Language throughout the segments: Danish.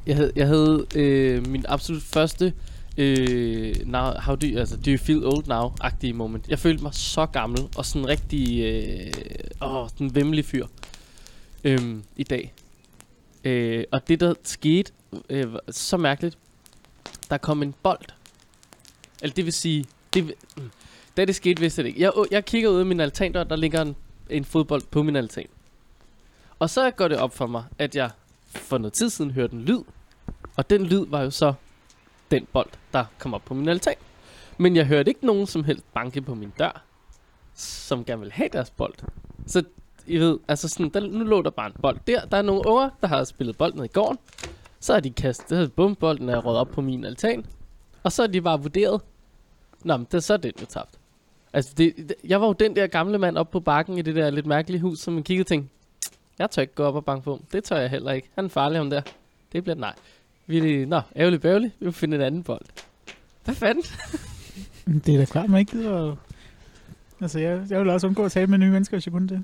Jeg havde min absolut første how do you, altså, do you feel old now-agtige moment. Jeg følte mig så gammel og sådan rigtig sådan en væmmelig fyr i dag. Og det der skete så mærkeligt. Der kom en bold. Eller det vil sige da det skete, vidste jeg det ikke. Jeg kigger ud af min altandør. Der ligger en fodbold på min altan. Og så går det op for mig, at jeg for noget tid siden hørte en lyd. Og den lyd var jo så den bold, der kom op på min altan. Men jeg hørte ikke nogen som helst banke på min dør, som gerne vil have deres bold. Så I ved, altså sådan, nu lå der bare en bold der. Der er nogle unger, der har spillet bold ned i gården. Så har de kastet, bolden er røget op på min altan. Og så har de bare vurderet, nå, men så er den jo tabt. Altså, jeg var jo den der gamle mand op på bakken i det der lidt mærkelige hus, som man kiggede og tænkte, jeg tør ikke gå op og banke på ham. Det tør jeg heller ikke. Han er farlig, ham der. Det bliver nej. Ærgerligt bævligt. Vi vil finde en anden bold. Hvad fanden? Det er da klart, man ikke gider. Altså, jeg vil også undgå at tale med nye mennesker, hvis jeg kunne det.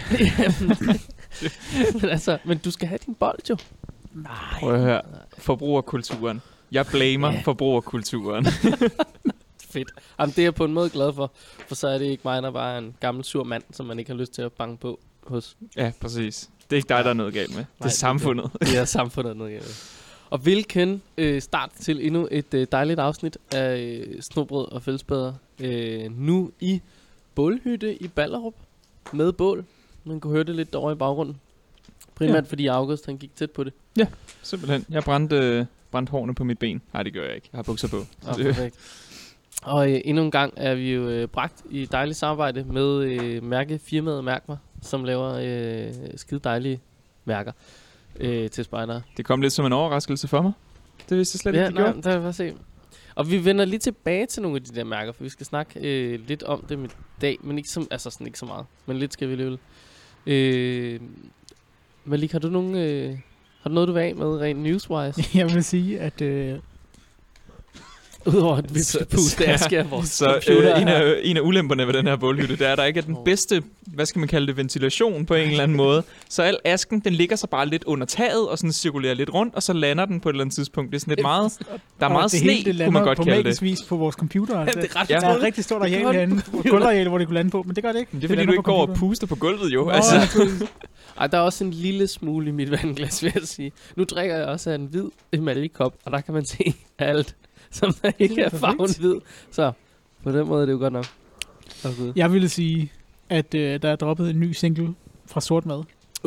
men du skal have din bold, jo. Nej. Prøv at høre. Forbrugerkulturen. Jeg blamer forbrugerkulturen. Fedt. Jamen, det er jeg på en måde glad for. For så er det ikke mig, der bare er en gammel sur mand, som man ikke har lyst til at banke på hos. Ja, præcis. Det er ikke dig, der er noget galt med. Det er samfundet. Det er samfundet noget galt med. Og hvilken start til endnu et dejligt afsnit af Snobrød og Fællesbader. Nu i bålhytte i Ballerup. Med bål. Man kunne høre det lidt over i baggrunden. Primært fordi August han gik tæt på det. Ja, simpelthen. Jeg brændte hårene på mit ben. Nej, det gør jeg ikke. Jeg har bukser på. Perfekt. Og endnu en gang er vi jo bragt i dejligt samarbejde med firmaet Mærk Mig, som laver skide dejlige mærker til spejdere. Det kom lidt som en overraskelse for mig. Det vidste jeg slet ikke, det gjorde. Ja, det kan jeg se. Og vi vender lige tilbage til nogle af de der mærker, for vi skal snakke lidt om dem i dag, men ikke ikke så meget. Men lidt skal vi alligevel. Malik, har du noget, du vil af med rent newswise? Jeg vil sige, at udover at vi skal puste aske af vores computer. En af ulemperne ved den her bålhytte, det er, at der ikke er den bedste, hvad skal man kalde det, ventilation på en eller anden måde. Så al asken, den ligger så bare lidt under taget, og sådan cirkulerer lidt rundt, og så lander den på et eller andet tidspunkt. Det er sådan lidt meget, der er meget sne, kunne man godt kalde det. Vis på vores computer. Det er ret der er rigtig stort areal herinde, gulvareal, hvor det kunne lande på, men det gør det ikke. Men det er fordi, du ikke går og puster på gulvet, jo. Ej, der er også en lille smule i mit vandglas, vil jeg sige. Nu drikker jeg også af en hvid emaljekop, og der kan man se alt, som der ikke er farven hvid. Så på den måde er det jo godt nok. Jeg ville sige, at der er droppet en ny single fra Sort Mad.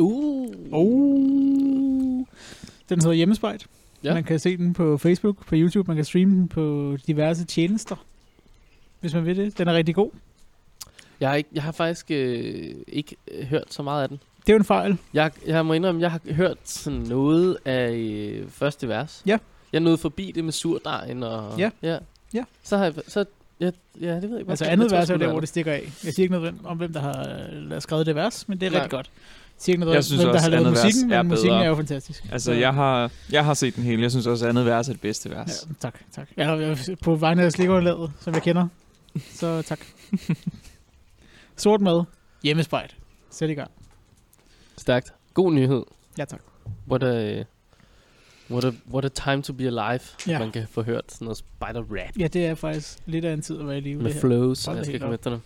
Den hedder Hjemmespejt. Ja. Man kan se den på Facebook, på YouTube. Man kan streame den på diverse tjenester, hvis man vil det. Den er rigtig god. Jeg har faktisk ikke hørt så meget af den. Det er jo en fejl. Jeg må indrømme, jeg har hørt sådan noget af første vers. Ja. Jeg nåede forbi det med surdejen og... Ja. Så har jeg... det ved jeg ikke. Altså andet vers er der, hvor det stikker af. Jeg siger ikke noget om, hvem der har skrevet det vers, men det er rigtig godt. Jeg siger ikke noget om, hvem der har lavet musikken, men musikken er jo fantastisk. Altså, jeg har set den hele. Jeg synes også, andet vers er det bedste vers. Ja, tak. Jeg på vegne af slikunderlaget, som jeg kender. Så tak. Sort Mad. Hjemmespejt. Sæt i gang. Stærkt. God nyhed. Ja, tak. What a time to be alive. Ja. Man kan få hørt sådan noget spider-rap. Ja, det er faktisk lidt af en tid at være i live. Med flows. Jeg skal komme efter dem.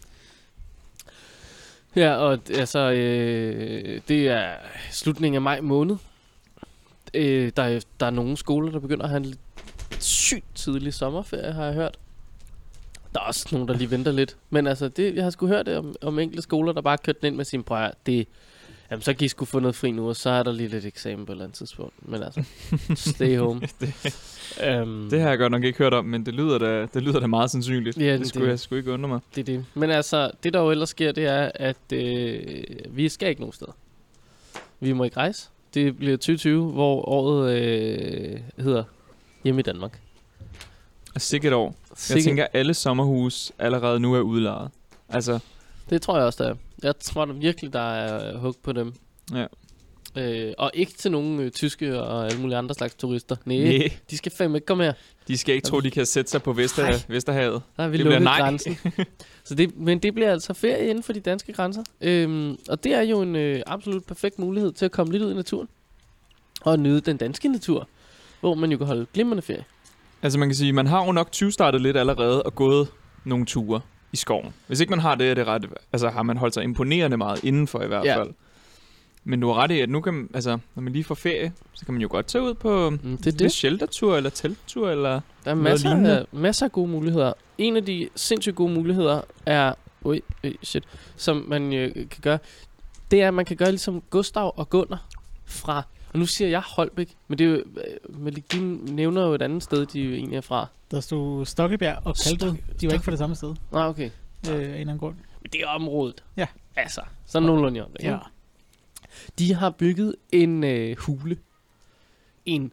Ja, og altså, det er slutningen af maj måned. Der er nogle skoler, der begynder at have en lidt sygt tidlig sommerferie, har jeg hørt. Der er også nogen, der lige venter lidt. Men altså, jeg har sgu hørt det om enkelte skoler, der bare kørte den ind med sin prøver. Jamen, så kan I sgu få noget fri nu, og så er der lige lidt eksamen på et eller andet tidspunkt. Men altså, stay home. Det har jeg godt nok ikke hørt om, men det lyder da meget sandsynligt. Ja, det skulle jeg sgu ikke undre mig. Det. Men altså, det der jo ellers sker, det er, at vi skal ikke nogen steder. Vi må ikke rejse. Det bliver 2020, hvor året hedder Hjemme i Danmark. Og sikkert år. Jeg tænker, alle sommerhus allerede nu er udlejet. Altså... Det tror jeg også, der er. Jeg tror virkelig, der er hug på dem. Ja. Og ikke til nogen tyske og alle mulige andre slags turister. Nej. De skal fandme ikke komme her. De skal ikke tro, de kan sætte sig på Vesterhavet. Der er vi lukket grænsen. Men det bliver altså ferie inden for de danske grænser. Og det er jo en absolut perfekt mulighed til at komme lidt ud i naturen. Og nyde den danske natur. hvor man jo kan holde glimrende ferie. Altså man kan sige, man har jo nok 20-startet lidt allerede og gået nogle ture i skoven. Hvis ikke man har det, er det ret... Altså har man holdt sig imponerende meget indenfor i hvert fald. Men du har ret i, at nu kan... Altså, når man lige får ferie, så kan man jo godt tage ud på en sheltertur eller telttur eller... Der er masser af gode muligheder. En af de sindssygt gode muligheder er... som man kan gøre, det er, at man kan gøre ligesom Gustav og Gunnar fra... Og nu siger jeg Holbæk, men det er jo... de nævner jo et andet sted, de jo egentlig er fra. Der stod Stokkebjerg og Kalved. De var ikke fra det samme sted. Nej, okay. En eller anden grund. Men det er området. Ja. Altså, sådan nogenlunde om det. Ja. De har bygget en hule. En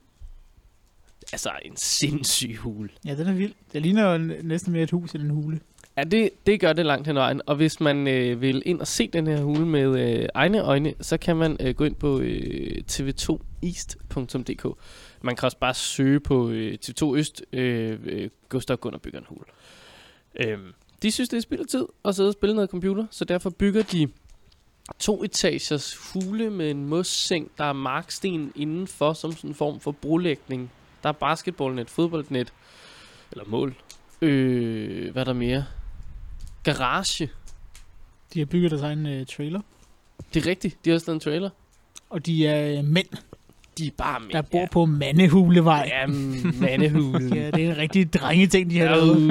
sindssyg hule. Ja, den er vild. Det ligner jo næsten mere et hus end en hule. Ja, det gør det langt hen ad vejen. Og hvis man vil ind og se den her hule med egne øjne, så kan man gå ind på tv2east.dk. Man kan også bare søge på TV2 Øst, Gustav Gunnar bygger en hule. De synes, det er spild af tid at sidde og spille noget computer, så derfor bygger de 2-etagers hule med en mosseng, der er marksten indenfor som sådan en form for brolægning. Der er basketballnet, fodboldnet, eller mål. Hvad er der mere? Garage. De har bygget deres egen trailer. Det er rigtigt, de har også lavet en trailer. Og de er mænd. De er bare mænd, der bor på Mandehulevej. Ja, Mandehule. Ja, det er en rigtig drengeting, de har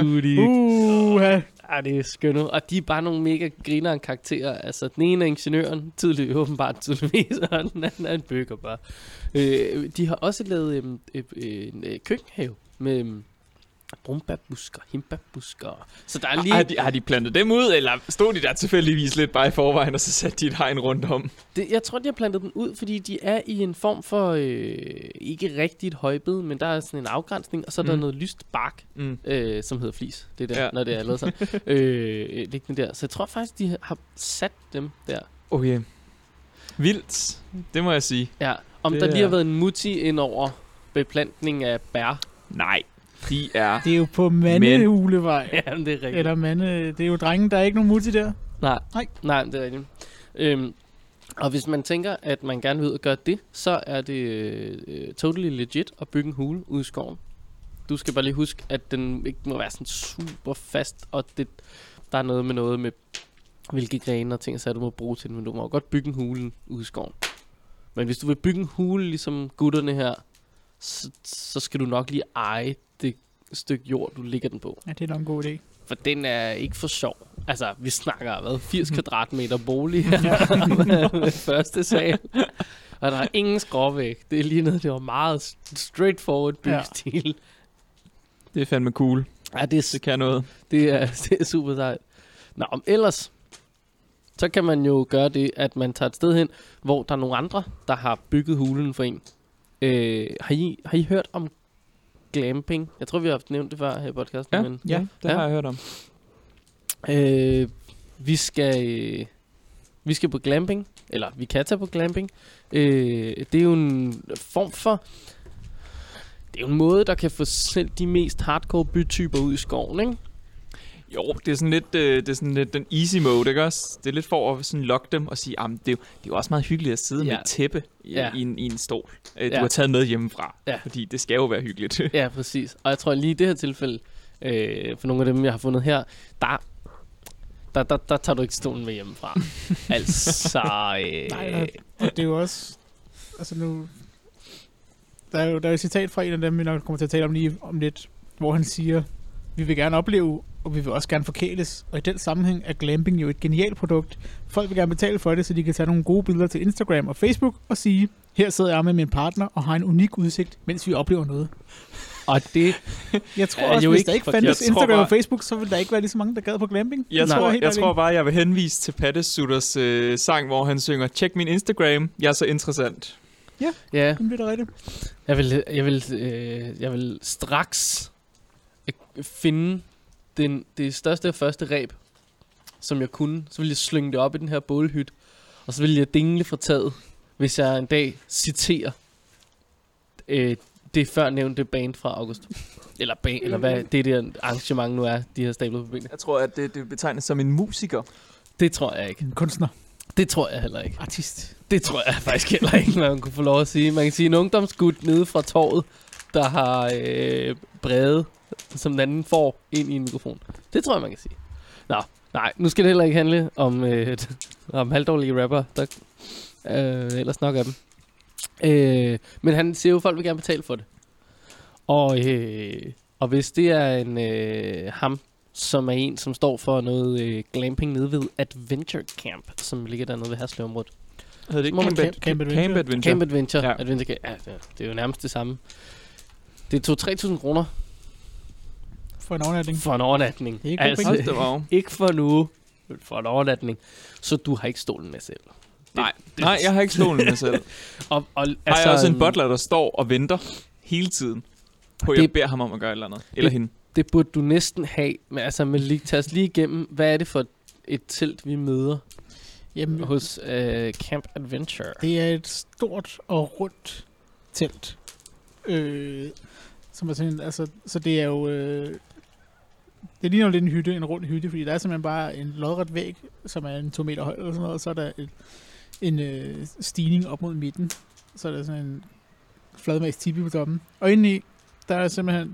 lavet. Ja, det er skønt. Og de er bare nogle mega grinere karakterer. Altså, den ene er ingeniøren, tydeligvis, og den anden er en bygger bare. De har også lavet en køkkenhave med brumbærbusker, hindbærbusker. Så der er lige... Har de plantet dem ud, eller stod de der tilfældigvis lidt bare i forvejen, og så satte de et hegn rundt om? Jeg tror, de har plantet dem ud, fordi de er i en form for, ikke rigtigt højbed, men der er sådan en afgrænsning, og så er der noget lyst bark, som hedder flis. Det er der, når det er lavet sådan. Liggende der. Så jeg tror faktisk, de har sat dem der. Okay. Vildt. Det må jeg sige. Ja. Om der lige har været en mutti ind over beplantning af bær. Nej. Det er jo på Mandehulevej. Ja, det er rigtigt. Eller det er jo drengen, der er ikke nogen mutti der. Nej, det er rigtigt. Og hvis man tænker, at man gerne vil ud og gøre det, så er det totally legit at bygge en hule ude i skoven. Du skal bare lige huske, at den ikke må være sådan super fast, og der er noget med hvilke grene og ting, så du må bruge til den, men du må godt bygge en hule ude i skoven. Men hvis du vil bygge en hule, ligesom gutterne her, så skal du nok lige eje det stykke jord, du ligger den på. Ja, det er nok en god idé. For den er ikke for sjov. Altså, vi snakker, 80 kvadratmeter bolig her med første sal. Og der er ingen skråvæg. Det er lige noget, det var meget straightforward byggestil. Ja. Det er fandme cool. Ja, det kan noget. Det er super sejt. Nå, ellers, så kan man jo gøre det, at man tager et sted hen, hvor der er nogle andre, der har bygget hulen for en. Har I hørt om glamping? Jeg tror, vi har haft nævnt det før her i podcasten. Ja, men, det har jeg hørt om. Vi skal på glamping, eller vi kan tage på glamping. Det er jo en form for... Det er jo en måde, der kan få selv de mest hardcore bytyper ud i skoven, ikke? Jo, det er sådan lidt den easy mode, ikke også? Det er lidt for at sådan lokke dem og sige, det er jo også meget hyggeligt at sidde med et tæppe i en stol. Du har taget med hjemmefra, fordi det skal jo være hyggeligt. Ja, præcis. Og jeg tror lige i det her tilfælde, for nogle af dem, jeg har fundet her, der tager du ikke stolen med hjemmefra. Altså... Nej, og det er jo også... Altså nu... Der er jo et citat fra en af dem, vi nok kommer til at tale om lige om lidt, hvor han siger, vi vil gerne opleve, og vi vil også gerne forkæles. Og i den sammenhæng er glamping jo et genialt produkt. Folk vil gerne betale for det, så de kan tage nogle gode billeder til Instagram og Facebook og sige, her sidder jeg med min partner og har en unik udsigt, mens vi oplever noget. Og det... Jeg tror også, hvis der ikke fandtes Instagram og Facebook, så ville der ikke være lige så mange, der gad på glamping. Jeg tror bare, jeg vil henvise til Pattesutters sang, hvor han synger, check min Instagram, jeg er så interessant. Ja, det bliver da rigtigt. Jeg vil straks finde det største og første reb, som jeg kunne. Så vil jeg slynge det op i den her bålhyt, og så vil jeg dingle fra taget, hvis jeg en dag citerer det før nævnte band fra August. Eller hvad det der arrangement nu er, de her stablet på benene. Jeg tror, at det betegnes som en musiker. Det tror jeg ikke. En kunstner. Det tror jeg heller ikke. Artist. Det tror jeg faktisk heller ikke, man kunne få lov at sige. Man kan sige en ungdomsgud nede fra torvet. der har brede, som den anden får ind i en mikrofon. Det tror jeg, man kan sige. Nå, nej, nu skal det heller ikke handle om, om halvdårlige rapper, der ellers nok af dem. Men han siger jo, at folk vil gerne betale for det. Og hvis det er en ham, som er en, som står for noget glamping nede ved Adventure Camp, som ligger dernede ved Herslevområdet. Hedder det ikke Camp Adventure? Camp Adventure. Ja. Adventure Camp. Ja, det er jo nærmest det samme. Det tog 3.000 kroner. For en overnatning. For en overnatning. Det er ikke Altså, ikke for nu, men for en overnatning. Så du har ikke stolen med selv. Nej, jeg har ikke stolen med selv. Og Altså, har jeg også en butler, der står og venter hele tiden på, jeg beder ham om at gøre et eller andet. Eller hende. Det burde du næsten have. Men altså, tag os lige igennem, hvad er det for et telt, vi møder hos Camp Adventure? Det er et stort og rundt telt. Som er sådan, altså, så det er jo... det ligner jo lidt en hytte, en rund hytte, fordi der er simpelthen bare en lodret væg, som er en 2 meter høj eller sådan noget, og så er der en stigning op mod midten. Så er der sådan en fladmast tipi på toppen. Og indeni, der er simpelthen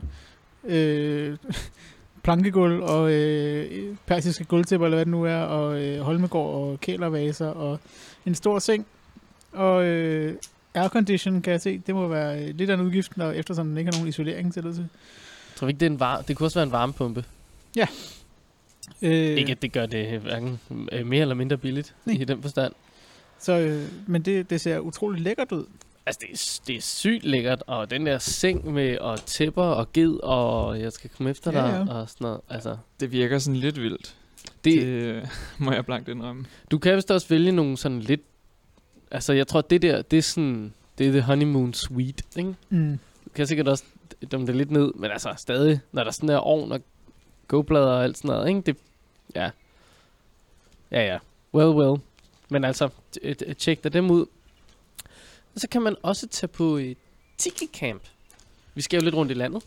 plankegulv og persiske gulvtæpper, eller hvad det nu er, og holmegård og kælervaser og en stor seng. Og aircondition, kan jeg se, det må være lidt af en udgift, når, eftersom den ikke har nogen isolering til det. Jeg tror ikke, det kunne også være en varmepumpe. Ja. Ikke at det gør det hverken mere eller mindre billigt i den forstand. Så, men det ser utroligt lækkert ud. Altså, det er sygt lækkert, og den der seng med og tæpper og ged, og jeg skal komme efter dig, og sådan noget. Altså, det virker sådan lidt vildt. Det må jeg blankt indrømme. Du kan vist også vælge nogle sådan lidt... Altså, jeg tror, det der, det er sådan... Det er the honeymoon suite, ikke? Mm. Du kan sikkert også dumme det lidt ned, men altså stadig, når der er sådan der ovn og go-blader og alt sådan noget, ikke? Det... Ja. Ja. Well. Men altså, tjek da dem ud. Og så kan man også tage på Tiki Camp. Vi skal jo lidt rundt i landet.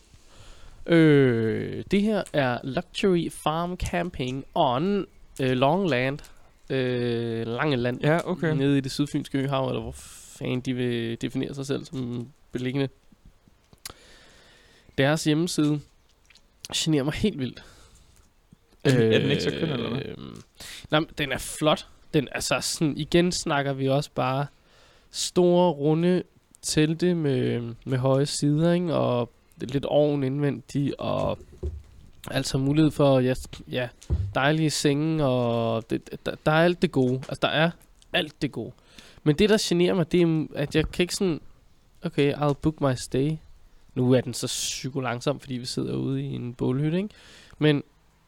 Det her er Luxury Farm Camping on Longland. Langeland. Ja, okay. Nede i det sydfynske øhav, eller hvor fanden de vil definere sig selv som beliggende. Deres hjemmeside generer mig helt vildt. Er den ikke så køn, eller hvad? Nej, den er flot. Den, altså sådan, igen snakker vi også bare store, runde telte med høje sider, ikke? Og lidt ovn indvendigt, og altså mulighed for dejlige senge, og der er alt det gode. Altså, der er alt det gode. Men det, der generer mig, det er, at jeg kan ikke sådan, okay, I'll book my stay. Nu er den så psyko langsom, fordi vi sidder ude i en bålhytte, ikke? Men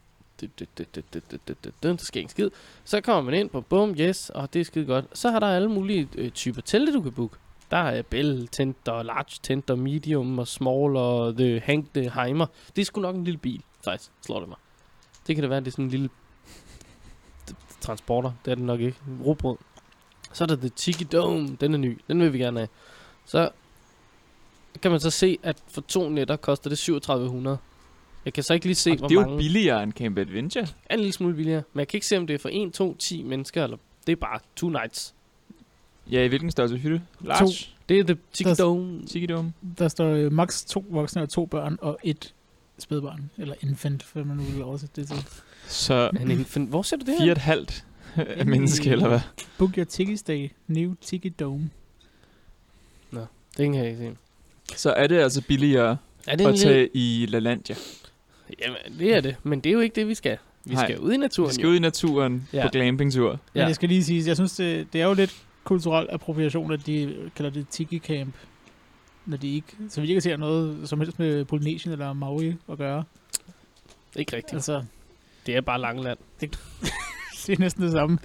det sker ikke skid. Så kommer man ind på bum, yes, og det er skide godt. Så har der alle mulige typer telte, du kan booke. Der er Bell tent og large tent og medium og small og the Hank the Heimer. Det er sgu nok en lille bil, faktisk, slår det mig. Det kan da være, det er sådan en lille transporter. Det er det nok ikke. Rugbrød. Så er der The Tiki Dome. Den er ny. Den vil vi gerne have. Så kan man så se, at for 2 nætter koster det 3700. Jeg kan så ikke lige se, hvor mange... Det er jo billigere end Camp Adventure. En lille smule billigere. Men jeg kan ikke se, om det er for 1, 2, 10 mennesker, eller det er bare 2 nights. Ja, i hvilken størrelse hytte? Large? 2. Det er The Tiki Dome. Tiki Dome. Der står max 2 voksne og 2 børn og 1 spædbarn. Eller infant, for man nu vil oversætte det til. Så en infant. Hvor ser du det her? 4,5 menneske, eller hvad? Book your Tiki Stay. New Tiki Dome. Nå, det kan jeg ikke se. Så er det altså billigere at tage i LaLandia? Jamen, det er det. Men det er jo ikke det, vi skal. Vi skal ud i naturen. Vi skal ud i naturen på glampingtur. Ja. Men det skal lige siges, jeg synes, det er jo lidt kulturel appropriation, at de kalder det Tiki Camp. Når de ikke, så vi ikke ser noget som helst med Polynesien eller Maui at gøre. Ikke rigtigt. Altså, det er bare Langeland. Det er næsten det samme.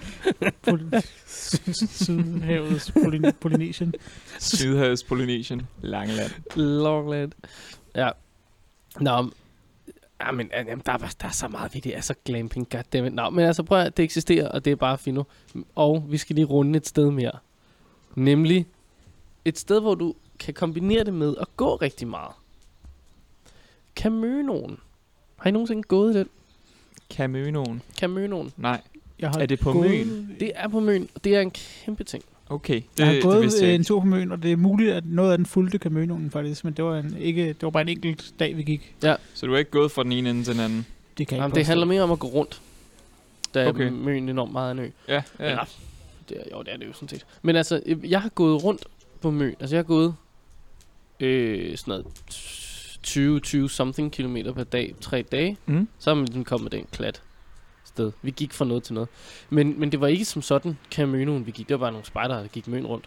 Sydhavets Polynesien. Sydhavets Polynesien. Langeland. Ja. Nå, men der er så meget ved det. Altså glamping, goddammit. Nå, men altså prøv at det eksisterer, og det er bare fint nu. Og vi skal lige runde et sted mere. Nemlig et sted, hvor du kan kombinere det med at gå rigtig meget. Camønoen. Har I nogensinde gået i den? Camønoen? Camønoen. Nej. Er det på Møn? Det er på Møn, og det er en kæmpe ting. Okay, Jeg har det gået vidste jeg en ikke. tur på Møn, og det er muligt, at noget af den fulgte Caminoen faktisk, men det var bare en enkelt dag, vi gik. Så du er ikke gået fra den ene ende til den anden? Det kan jeg Jamen, ikke det handler mere om at gå rundt. Der er Okay. Møn enormt meget en ø. Ja. Eller, det er det jo sådan set. Men altså, jeg har gået rundt på Møn. Altså, jeg har gået sådan noget 20-something kilometer per dag, 3 dage. Mm. Så er man ligesom kommet den klat sted. Vi gik fra noget til noget. Men det var ikke som sådan Caminoen, vi gik. Det var bare nogle spejdere, der gik Møn rundt.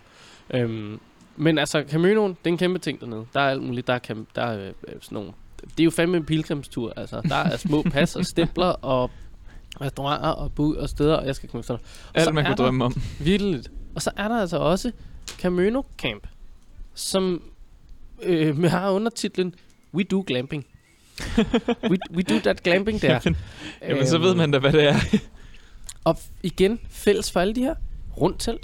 Men altså, Caminoen, det er en kæmpe ting dernede. Der er alt muligt. Der er sådan nogle... Det er jo fandme en pilgrimstur. Altså, der er små pas og stempler og restauranter og bud og steder, og jeg skal komme sådan. Alt, man kan drømme om. Vildt. Og så er der altså også Camino Camp, som har undertitlen We Do Glamping. we do that glamping der. Jamen, så ved man da, hvad det er. Og igen, fælles for alle de her. Rundt telt.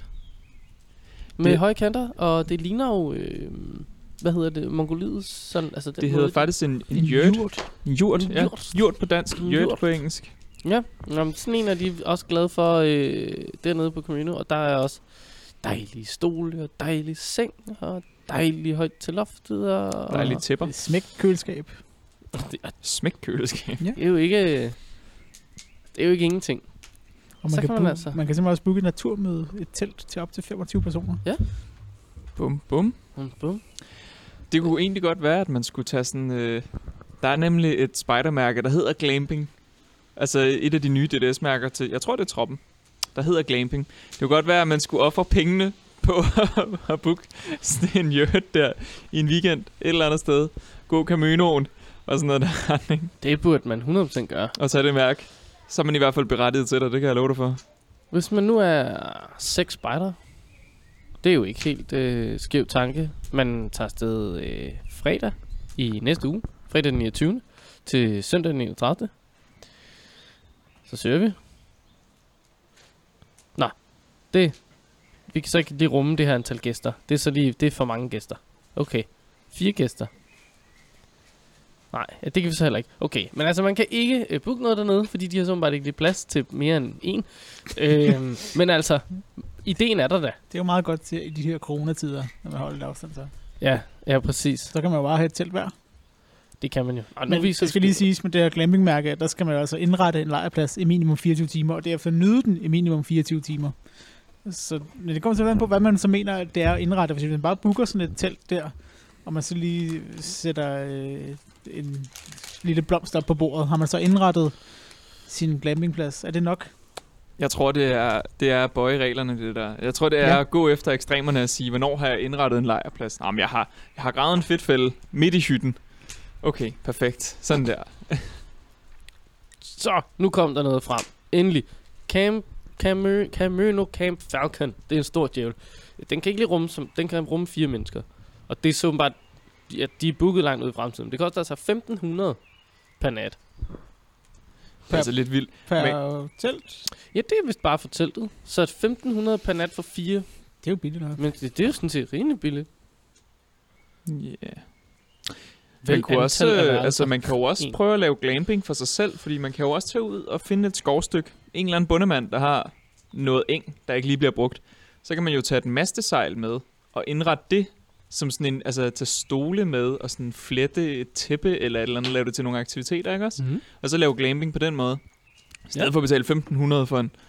Med høje kanter, og det ligner jo... hvad hedder det? Mongoliet? Sådan, altså den Det måde, hedder faktisk en yurt. En yurt, ja. Yurt på dansk, En yurt yurt. på engelsk. Ja, jamen, sådan en er de også glade for dernede på Camino, og der er også dejlige stole og dejlige seng og dejlige højt til loftet og Dejlige tæpper. Det er smækkøleskab. Smækkøleskab. det er jo ikke ingenting. Og Så man kan kan, man man, altså- man kan simpelthen også booke et naturmøde, et telt til op til 25 personer. Bum, bum. Bum. Det kunne egentlig godt være, at man skulle tage sådan... der er nemlig et spidermærke, der hedder Glamping. Altså et af de nye DDS-mærker til... Jeg tror, det er Troppen. Der hedder Glamping. Det kunne godt være, at man skulle ofre pengene på at booke sådan en yurt der i en weekend et eller andet sted. Gå Caminoen og sådan noget der retning. Det burde man 100% gøre. Og tage det mærke. Så er man i hvert fald berettiget til det, det kan jeg love dig for. Hvis man nu er 6 spejder, det er jo ikke helt skæv tanke. Man tager afsted fredag i næste uge. Fredag den 29. til søndag den 31. Så søger vi. Nå, vi kan så ikke lige rumme det her antal gæster. Det er for mange gæster. Okay, 4 gæster. Nej, det kan vi så heller ikke. Okay, men altså man kan ikke booke noget dernede, fordi de har så bare ikke lige plads til mere end en. Men altså, ideen er der da. Det er jo meget godt til i de her coronatider, når man holder lidt afstand så. Ja, præcis. Så kan man jo bare have et telt hver. Det kan man jo. Og Men det skal lige siges med det her glampingmærke, der skal man jo altså indrette en lejrplads i minimum 24 timer, og derefter nyde den i minimum 24 timer. Så men det kommer selvfølgelig an på, hvad man så mener, det er at indrette. Hvis man bare booker sådan et telt der, og man så lige sætter en lille blomst op på bordet, har man så indrettet sin glampingplads. Er det nok? Jeg tror, det er at bøje reglerne, det der. Jeg tror, det er at gå efter ekstremerne og sige, hvornår har jeg indrettet en lejrplads? Nå, men jeg har gravet en fedtfælde midt i hytten. Okay, perfekt. Sådan der. Så, nu kom der noget frem. Endelig. Camino Camp Falcon. Det er en stor djævel. Den kan ikke lige rumme 4 mennesker. Og det er så bare, at de er booket langt ud i fremtiden. Det koster altså 1.500 per nat. Det er altså lidt vildt. Per telt? Ja, det er vist bare for teltet. Så 1.500 per nat for 4. Det er jo billigt nok. Men det er jo sådan set rimelig billigt. Yeah. Man kan jo også prøve at lave glamping for sig selv, fordi man kan jo også tage ud og finde et skovstykke. En eller anden bondemand, der har noget eng, der ikke lige bliver brugt. Så kan man jo tage et mastesejl med og indrette det som sådan en, altså tage stole med og sådan flette et tæppe eller et eller andet, lave det til nogle aktiviteter, ikke også? Mm-hmm. Og så lave glamping på den måde. I stedet for at betale 1.500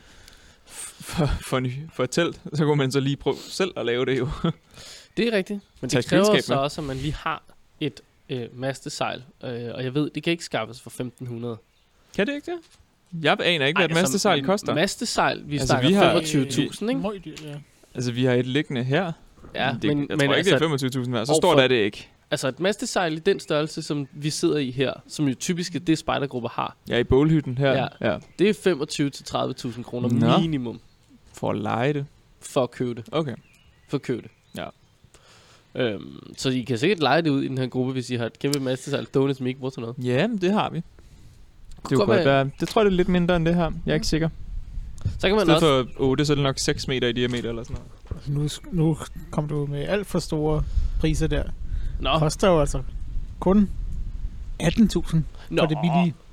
for et telt, så kunne man så lige prøve selv at lave det jo. Det er rigtigt. Men det kræver så også, at man lige har et mastesejl. Og jeg ved, det kan ikke skaffes for 1.500. Kan det ikke det? Jeg aner ikke, hvad et mastesejl koster. Mastesejl, vi snakker 25.000, ikke? Ja. Altså, vi har et liggende her. Ja, jeg tror ikke, altså, det er 25.000 værd. Så står der det ikke. Altså et mastesejl i den størrelse, som vi sidder i her, som jo typisk er det spejdergrupper har. Ja, i bålhytten her. Ja. Det er 25.000 til 30.000 kroner minimum. For at lege det. For at købe det. Okay. For at købe det. Ja. Så I kan sikkert lege det ud i den her gruppe, hvis I har et kæmpe mastesejl stående, som I ikke bruger til noget. Ja, det har vi. Det kunne godt være. Det tror jeg, det er lidt mindre end det her. Jeg er ikke sikker. Så kan man også for 8, så er det nok 6 meter i diameter eller sådan noget. Nu kom du med alt for store priser der. Nå. Koster jo altså kun 18.000 for det billige.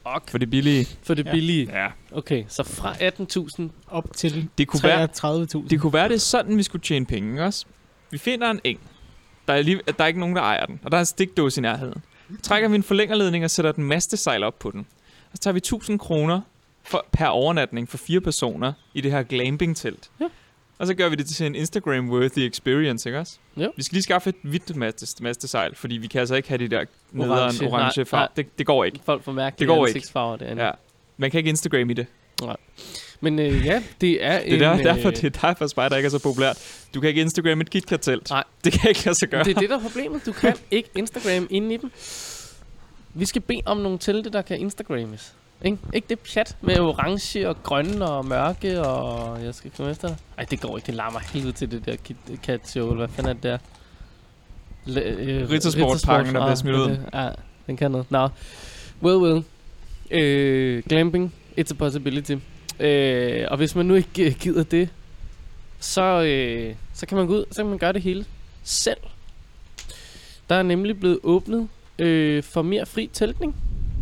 Fuck. For det billige. For det Ja. billige. Ja. Okay, så fra 18.000. Op til Det kunne være, 33.000. det kunne være, det er sådan, vi skulle tjene penge, ikke også? Vi finder en eng. Der er ikke nogen, der ejer den. Og der er en stikdåse i nærheden. Så trækker vi en forlængerledning og sætter den mastesejl op på den. Og så tager vi 1.000 kroner per overnatning for 4 personer i det her glamping-telt. Ja. Og så gør vi det til en Instagram-worthy experience, ikke også? Jo. Vi skal lige skaffe et hvidt mastesejl, fordi vi kan altså ikke have de der nederen orange Nej, farve. Det går ikke. Folk får mærke Det går ikke. ansigtsfarver derinde. Ja. Man kan ikke Instagram i det. Men ja, det er Det er derfor, det er derfor Spider ikke er så populært. Du kan ikke Instagram et KitKat-telt. Nej. Det kan ikke lade sig gøre. Det er det, der er problemet. Du kan ikke Instagram inde i dem. Vi skal bede om nogle telte, der kan Instagrammes. Ikke det pjat med orange og grønne og mørke, og jeg skal komme efter dig. Ej, det går ikke. Det larmer helvede til det der KitKat-show. Hvad fanden er det der? Rittersport-pakken, der bliver smidt ud. Ja, den kan noget. Nå. Well. Glamping, it's a possibility. Og hvis man nu ikke gider det, så kan man gå ud, så kan man gøre det hele selv. Der er nemlig blevet åbnet for mere fri teltning.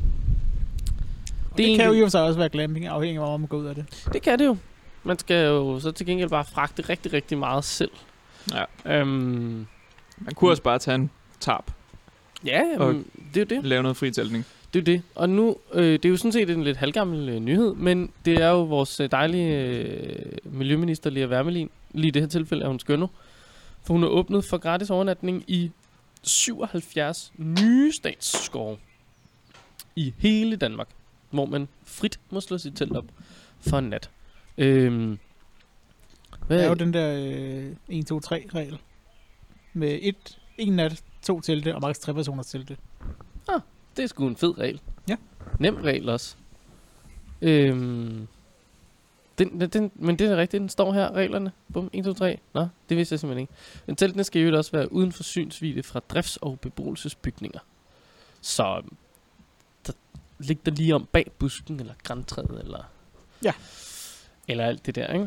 Det kan jo i og for sig også være glamping, afhængig af, hvor man går ud af det. Det kan det jo. Man skal jo så til gengæld bare fragte rigtig, rigtig meget selv. Ja. Man kunne også bare tage en tarp. Ja, det er jo det. Lave noget friteltning. Det er det. Og nu, det er jo sådan set en lidt halvgammel nyhed, men det er jo vores dejlige miljøminister, Lea Wermelin. Lige i det her tilfælde er hun skønner. For hun har åbnet for gratis overnatning i 77 nye statsskove i hele Danmark, hvor man frit må slå sit telt op for en nat. Det er jo den der 1-2-3-regel. Med en nat, 2 telte og maks 3 personers telte. Det er sgu en fed regel. Ja. Nem regel også. Men det er rigtigt, den står her, reglerne. Bum, 1, 2, 3. Nå, det vidste jeg simpelthen ikke. Men teltene skal jo også være uden for synsvidde fra drifts- og beboelsesbygninger. Så der ligger der lige om bag busken, eller grantræet, eller... Ja. Eller alt det der, ikke?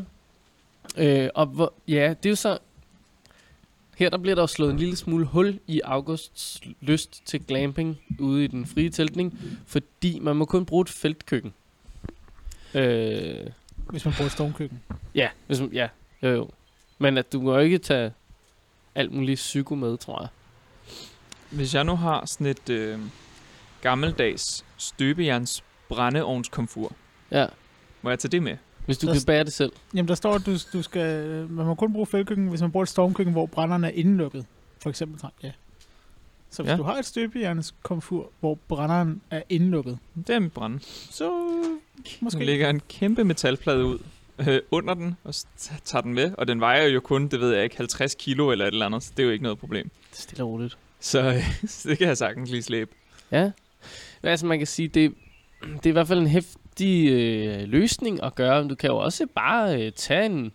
Det er jo så... Her der bliver der jo slået en lille smule hul i Augusts lyst til glamping ude i den frie teltning, fordi man må kun bruge et feltkøkken. Hvis man bruger et stormkøkken. Ja, jo. Men at du må ikke tage alt muligt psyko med, tror jeg. Hvis jeg nu har sådan et gammeldags støbejerns brændeovnskomfur, Ja, må jeg tage det med? hvis du kan bære det selv. Jamen der står, at du skal, man må kun bruge feltkøkken, hvis man bruger et stormkøkken, hvor brænderne er indelukket. For eksempel. Ja. Så hvis du har et støbejernskomfur, hvor brænderen er indelukket, Det er mit brænde. så måske... Der ligger en kæmpe metalplade ud under den, og tager den med. Og den vejer jo kun, det ved jeg ikke, 50 kilo eller et eller andet. Så det er jo ikke noget problem. Det er stille og roligt. Så det kan jeg sagtens lige slæbe. Ja. Men altså man kan sige, det er i hvert fald en heftig løsning at gøre. Men du kan jo også bare tage en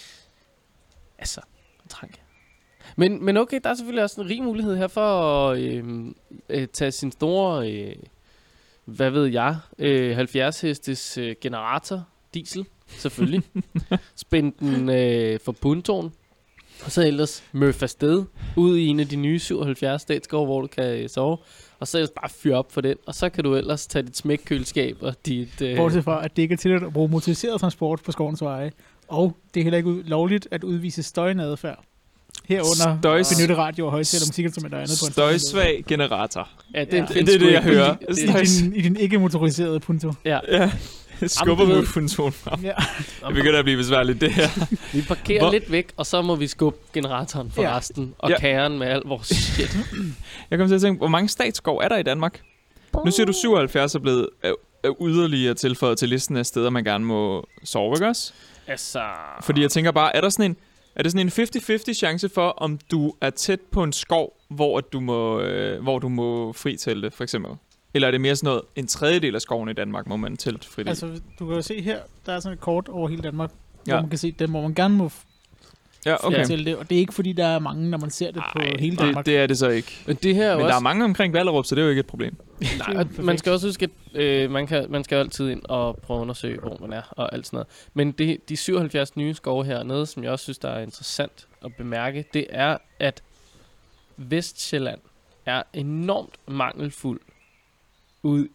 trank. Men okay, der er selvfølgelig også en rig mulighed her for at tage sin store, hvad ved jeg, 70 hestes generator, diesel, selvfølgelig. Spænd den for puntoren, og så ellers møf afsted ud i en af de nye 77 statsskove, hvor du kan sove. Og så ellers bare fyre op for den, og så kan du ellers tage dit smækkøleskab og dit... Bortset fra, at det ikke er til at bruge motoriseret transport på skovens veje. Og det er heller ikke lovligt at udvise støjende adfærd. Herunder benytte radio og højtaler, musikinstrumenter og andet på en støjsvag generator. Ja, det er det, jeg hører. I din ikke-motoriserede punto. Ja. Skubber med puntoen frem. Ja. Det begynder at blive besværligt, det her. Vi parkerer lidt væk, og så må vi skubbe generatoren for resten, og kæren med al vores shit. Jeg kom til at tænke, hvor mange statsskov er der i Danmark? Nu siger du 77 er blevet yderligere tilføjet til listen af steder, man gerne må sove, ikke også? Altså... Fordi jeg tænker bare, er det sådan en 50-50 chance for, om du er tæt på en skov, hvor du må fritelte, for eksempel? Eller er det mere sådan noget, en tredjedel af skoven i Danmark må man telte frit i? Altså, du kan jo se her, der er sådan et kort over hele Danmark, hvor man kan se dem, hvor man gerne må fritelte. Og det er ikke fordi, der er mange, når man ser det på hele Danmark. Det er det så ikke. Men det her der er mange omkring Ballerup, så det er jo ikke et problem. Nej, man skal også huske, at man skal altid ind og prøve at undersøge, hvor man er og alt sådan noget. Men de 77 nye skove hernede, som jeg også synes, der er interessant at bemærke, det er, at Vestsjælland er enormt mangelfuld ude i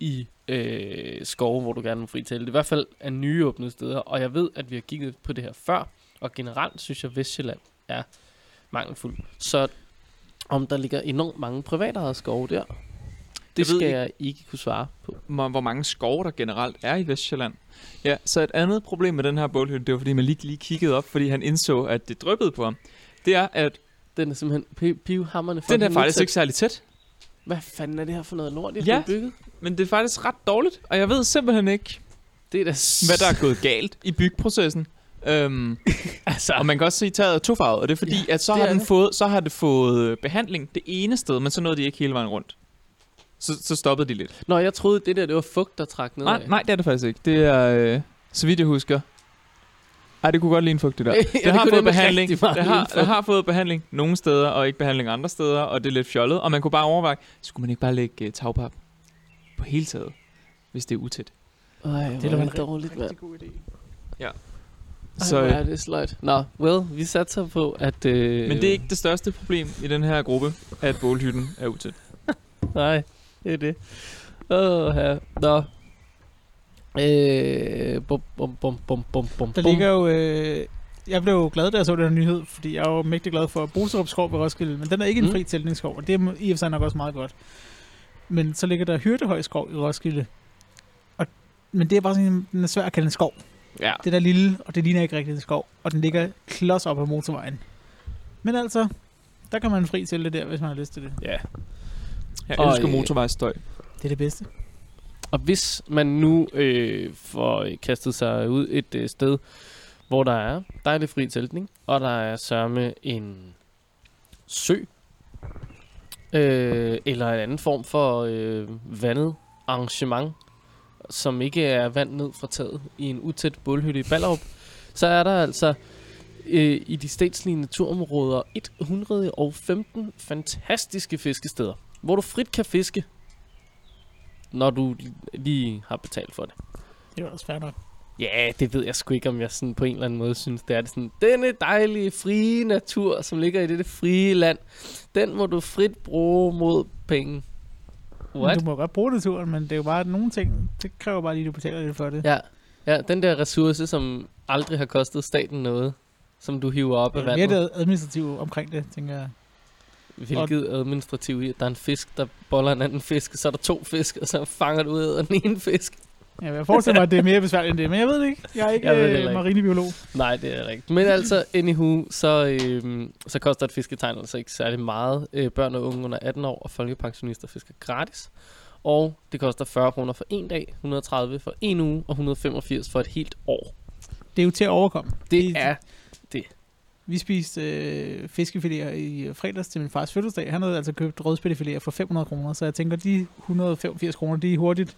skove, hvor du gerne må fri telt. I hvert fald er nye åbne steder, og jeg ved, at vi har kigget på det her før, og generelt synes jeg, at Vestsjælland er mangelfuld. Så om der ligger enormt mange privatejede skove der, det skal jeg ikke kunne svare på. Hvor mange skove der generelt er i Vestsjælland. Ja, så et andet problem med den her bålhytte, det var fordi man lige kiggede op, fordi han indså, at det dryppede på ham. Det er, at den er simpelthen pivhammerne. Den er faktisk ikke særlig tæt. Hvad fanden er det her for noget lort, jeg har bygget? Men det er faktisk ret dårligt, og jeg ved simpelthen ikke, hvad der er gået galt i byggeprocessen. Altså. Og man kan også se, at taget er tofarvet, og det er fordi, at så har det fået behandling det ene sted, men så nåede de ikke hele vejen rundt. Så stoppede de lidt. Nå, jeg troede, det var fugt, der trak ned af. Nej, det er det faktisk ikke. Det er, så vidt jeg husker. Ej, det kunne godt ligne fugt, det der. Det har fået behandling. Det har fået behandling nogle steder, og ikke behandling andre steder, og det er lidt fjollet. Og man kunne bare overveje, skulle man ikke bare lægge tagpap på hele taget, hvis det er utæt? Det er da dårligt, mand. God idé. Ja. Så er det sløjt. Nå, vi satser på, at... Men det er ikke det største problem i den her gruppe, at bålhytten er utæt. Nej, det er det. Nå. Der ligger jo... jeg blev jo glad, da jeg så den nyhed, fordi jeg er jo mægtig glad for Boserup skov ved Roskilde, men den er ikke en fri tæltningsskov, og det er i og for sig nok også meget godt. Men så ligger der Hyrdehøj skov i Roskilde. Men det er bare sådan, den er svær at kalde en skov. Ja. Det der lille, og det ligner ikke rigtig en skov, og den ligger klods op ad motorvejen. Men altså, der kan man fri til det der, hvis man har lyst til det. Ja. Jeg elsker motorvejsstøj. Det er det bedste. Og hvis man nu får kastet sig ud et sted, hvor der er dejlig fri teltning, og der er sørme en sø, eller en anden form for vandet arrangement, som ikke er vand ned fra taget i en utæt bålhytte i Ballerup, så er der altså i de statslige naturområder 115 fantastiske fiskesteder, hvor du frit kan fiske, når du lige har betalt for det. Det er også fair nok. Ja, det ved jeg sgu ikke, om jeg sådan på en eller anden måde synes, det er det sådan, denne dejlige, frie natur, som ligger i dette frie land, den må du frit bruge mod penge. What? Du må godt bruge naturen, men det er jo bare nogle ting, det kræver bare lige, at du betaler lidt for det. Ja, den der ressource, som aldrig har kostet staten noget, som du hiver op af vandet. Det er mere administrativt omkring det, tænker jeg. Hvilket administrativt i, at der er en fisk, der boller en anden fisk, og så er der 2 fisk, og så fanger du ud af den ene fisk. Ja, jeg forestiller mig, at det er mere besværligt end det, men jeg ved det ikke. Jeg er ikke marinebiolog. Nej, det er rigtigt. Men altså, anywho, så koster et fisketegn altså ikke særlig meget. Børn og unge under 18 år og folkepensionister fisker gratis. Og det koster 40 kroner for en dag, 130 for en uge og 185 for et helt år. Det er jo til at overkomme. Det er det. Vi spiste fiskefiléer i fredags til min fars fødselsdag. Han havde altså købt rødspættefiléer for 500 kroner, så jeg tænker, de 185 kroner, de er hurtigt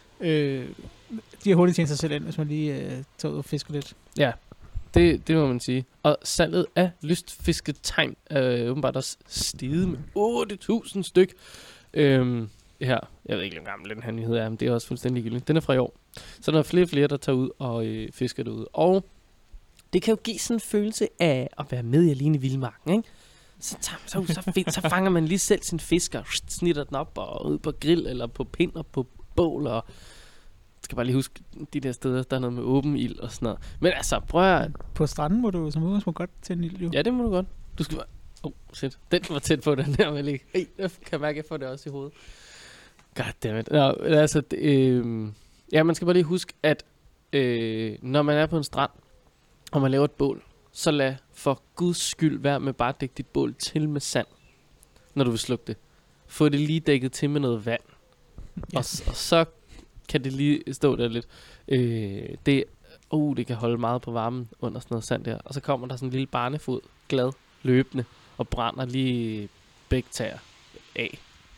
tjent sig selv ind, hvis man lige tager ud og fisker lidt. Ja, det må man sige. Og salget af lystfisketegn er åbenbart også steget med 8.000 styk. Her, jeg ved ikke, hvor gammel den her nyhed er, men det er også fuldstændig gyldigt. Den er fra i år. Så der er flere og flere, der tager ud og fisker derude. Og det kan jo give sådan en følelse af at være med i alene i vildmarken, ikke? Så fanger man lige selv sin fisk og snitter den op og ud på grill eller på pind og på bål. Og skal bare lige huske de der steder, der er noget med åben ild og sådan noget. Men altså, prøv at... På stranden må du som udgangspunkt godt tænde ild, jo. Ja, det må du godt. Du skal bare... shit. Den var tæt på, den der, vel ikke? Hey, jeg kan mærke, at jeg får det også i hovedet. Goddammit. Nå, altså, ja, man skal bare lige huske, at når man er på en strand, og man laver et bål, så lad for guds skyld være med bare at dække dit bål til med sand, når du vil slukke det. Få det lige dækket til med noget vand. Ja. Og så kan det lige stå der lidt. Det kan holde meget på varmen under sådan noget sand der. Og så kommer der sådan en lille barnefod, glad, løbende, og brænder lige begge tæer af.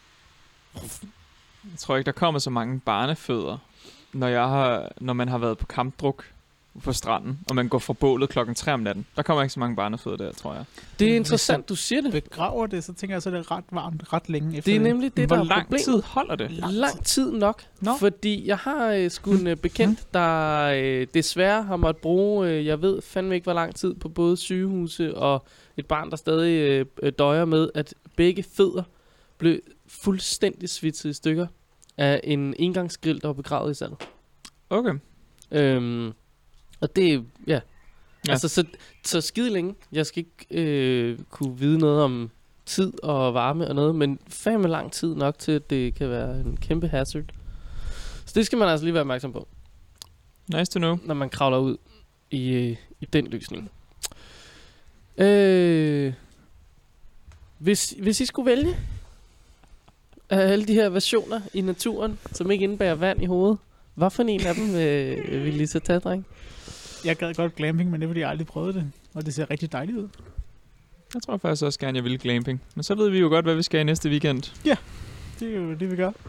Jeg tror ikke, der kommer så mange barnefødder, når man har været på kampdruk på stranden, og man går fra bålet 3:00 om natten. Der kommer ikke så mange barnefødder der, tror jeg. Det er interessant, du siger det. Begraver det, så tænker jeg, så er det ret varmt, ret længe efter. Det er nemlig det, der er Hvor lang tid holder det? Lang tid nok. Fordi jeg har sgu en bekendt, der desværre har måttet bruge, jeg ved fandme ikke, hvor lang tid på både sygehuse og et barn, der stadig døjer med, at begge fødder blev fuldstændig svitset i stykker af en engangsgrill, der var begravet i sandet. Okay. Og det, ja. Altså, så skide længe. Jeg skal ikke kunne vide noget om tid og varme og noget, men fandme lang tid nok til, at det kan være en kæmpe hazard. Så det skal man altså lige være opmærksom på. Nice to know. Når man kravler ud i den løsning. Hvis I skulle vælge af alle de her versioner i naturen, som ikke indebærer vand i hovedet, hvad for en af dem vil I så tage, dreng? Jeg gad godt glamping, men det er fordi jeg aldrig prøvet det. Og det ser rigtig dejligt ud. Jeg tror faktisk også gerne, jeg vil glamping. Men så ved vi jo godt, hvad vi skal i næste weekend. Ja, det er jo det, vi gør.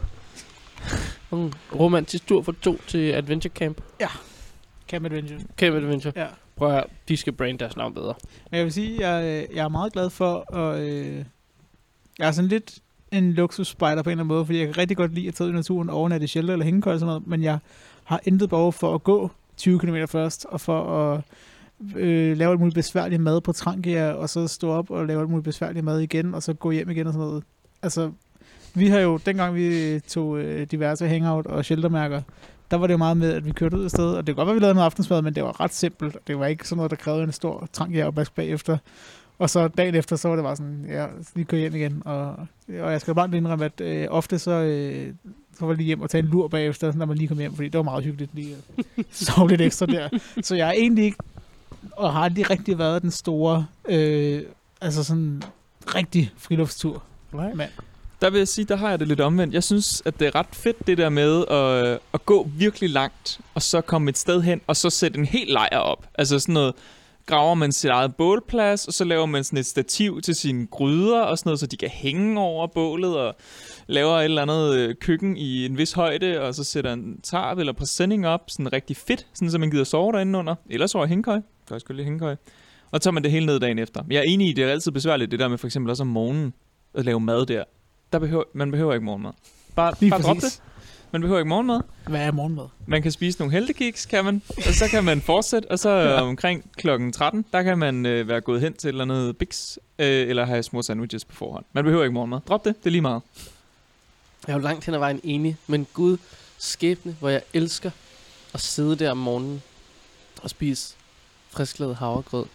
En romantisk tur for 2 til Adventure Camp. Ja, Camp Adventure. Camp Adventure. Ja. Prøv at høre, de skal brande deres navn bedre. Men jeg vil sige, jeg er meget glad for at... jeg er sådan lidt en luksusspejder på en eller anden måde, fordi jeg kan rigtig godt lide at tage ud i naturen, overnatte i shelter eller hængekøj og sådan noget, men jeg har intet behov for at gå 20 km først, og for at lave alt muligt besværligt mad på Trangia, og så stå op og lave alt muligt besværligt mad igen, og så gå hjem igen og sådan noget. Altså, vi har jo, dengang vi tog diverse hangout og sheltermærker, der var det jo meget med, at vi kørte ud af sted, og det kunne godt være, vi lavede noget aftensmad, men det var ret simpelt. Det var ikke sådan noget, der krævede en stor Trangia-opvask bagefter. Og så dagen efter, så var det bare sådan, ja, lige køre hjem igen. Og jeg skal bare indrømme, at ofte så var det lige hjem og tage en lur bagefter, når man lige kom hjem, fordi det var meget hyggeligt lige at sove lidt ekstra der. Så jeg er egentlig ikke, og har aldrig rigtig været den store, altså sådan rigtig friluftstur. Right. Der vil jeg sige, der har jeg det lidt omvendt. Jeg synes, at det er ret fedt, det der med at gå virkelig langt, og så komme et sted hen, og så sætte en hel lejr op. Altså sådan noget, graver man sit eget bålplads, og så laver man sådan et stativ til sine gryder, og sådan noget, så de kan hænge over bålet, og laver et eller andet køkken i en vis højde, og så sætter en tarp eller præsending op, sådan rigtig fedt, sådan så man gider sove derinde under. Eller sover i hængekøj. Gør jeg sgu lige hængekøj. Og så tager man det hele ned dagen efter. Jeg er enig i, det er altid besværligt, det der med for eksempel også om morgenen, at lave mad der. Man behøver ikke morgenmad. Bare drop det. Man behøver ikke morgenmad. Hvad er morgenmad? Man kan spise nogle heltekiks, kan man. Og så kan man fortsætte. Og så omkring klokken 13, der kan man være gået hen til et eller andet Bix, eller have små sandwiches på forhånd. Man behøver ikke morgenmad. Drop det. Det er lige meget. Jeg er jo langt hen ad vejen enig, men Gud skæbne, hvor jeg elsker at sidde der om morgenen og spise frisklavet havregrød.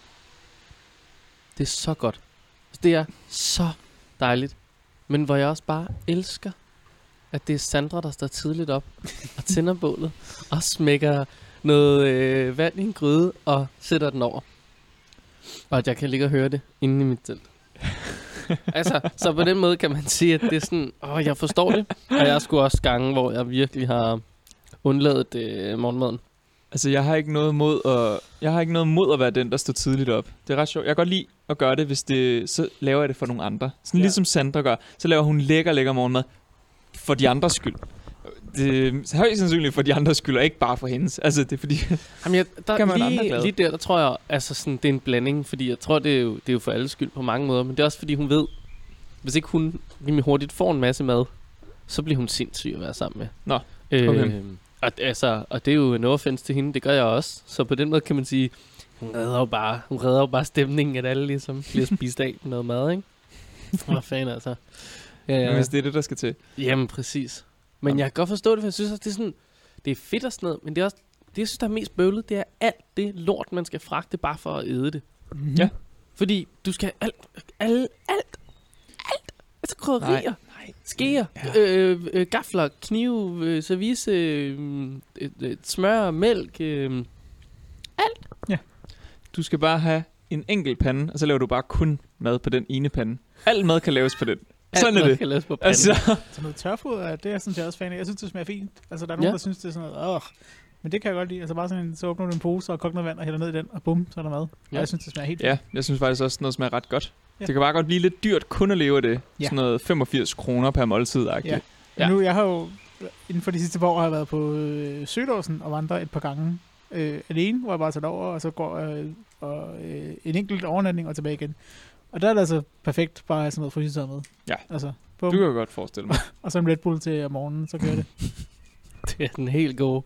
Det er så godt. Det er så dejligt. Men hvor jeg også bare elsker, at det er Sandra, der står tidligt op og tænder bålet og smækker noget vand i en gryde og sætter den over. Og at jeg kan ligge og høre det inde i mit telt. Altså, så på den måde kan man sige, at det er sådan, jeg forstår det. Og jeg har sgu også gange, hvor jeg virkelig har undladet morgenmaden. Altså, jeg har ikke noget mod at være den, der står tidligt op. Det er ret sjovt. Jeg kan godt lide at gøre det, hvis det, så laver jeg det for nogle andre. Sådan ligesom Sandra gør. Så laver hun lækker morgenmad for de andres skyld. Det er højst sandsynligt for de andres skyld, og ikke bare for hendes. Altså, det er fordi, jamen, lige der tror jeg, altså sådan, det er en blanding, fordi jeg tror, det er jo for alles skyld på mange måder, men det er også fordi, hun ved, hvis ikke hun rimelig hurtigt får en masse mad, så bliver hun sindssyg at være sammen med. Nå, okay. Og det er jo en offense til hende, det gør jeg også. Så på den måde kan man sige, hun redder jo bare stemningen, at alle ligesom bliver spist af med noget mad, ikke? Hvad fanden altså. Men hvis det er det, der skal til. Jamen, præcis. Men jeg kan godt forstå det, for jeg synes også, det er sådan, det er fedt og sådan noget, men det er også, det jeg synes, der er mest bøvlet, det er alt det lort, man skal fragte bare for at æde det. Mm-hmm. Ja. Fordi du skal alt. Altså krydderier, skeer, gafler, knive, service, smør, mælk, alt. Ja. Du skal bare have en enkelt pande, og så laver du bare kun mad på den ene pande. Al mad kan laves på den. Sådan er det. Kan laves på panden. Altså. Så noget tørfoder, det er sådan set også fan af. Jeg synes, det smager fint. Altså, der er nogen, der synes, det er sådan noget, men det kan jeg godt lide. Altså bare sådan en, så åbner du en pose og koger noget vand og hælder ned i den, og bum, så er der mad. Ja. Jeg synes, det smager helt fint. Ja, jeg synes faktisk også, noget smager ret godt. Ja. Det kan bare godt blive lidt dyrt kun at leve af det. Ja. Sådan noget 85 kroner per måltid. Ja. Ja. Nu, jeg har jo inden for de sidste par år har jeg været på Sødåsen og vandret et par gange alene, hvor jeg bare tager over, og så går en enkelt overnatning og tilbage igen. Og der er det altså perfekt bare at have sådan noget frysestøj med. Ja, altså, du kan jo godt forestille mig. Og så en Red Bull til om morgenen, så kører det. Det er den helt gode.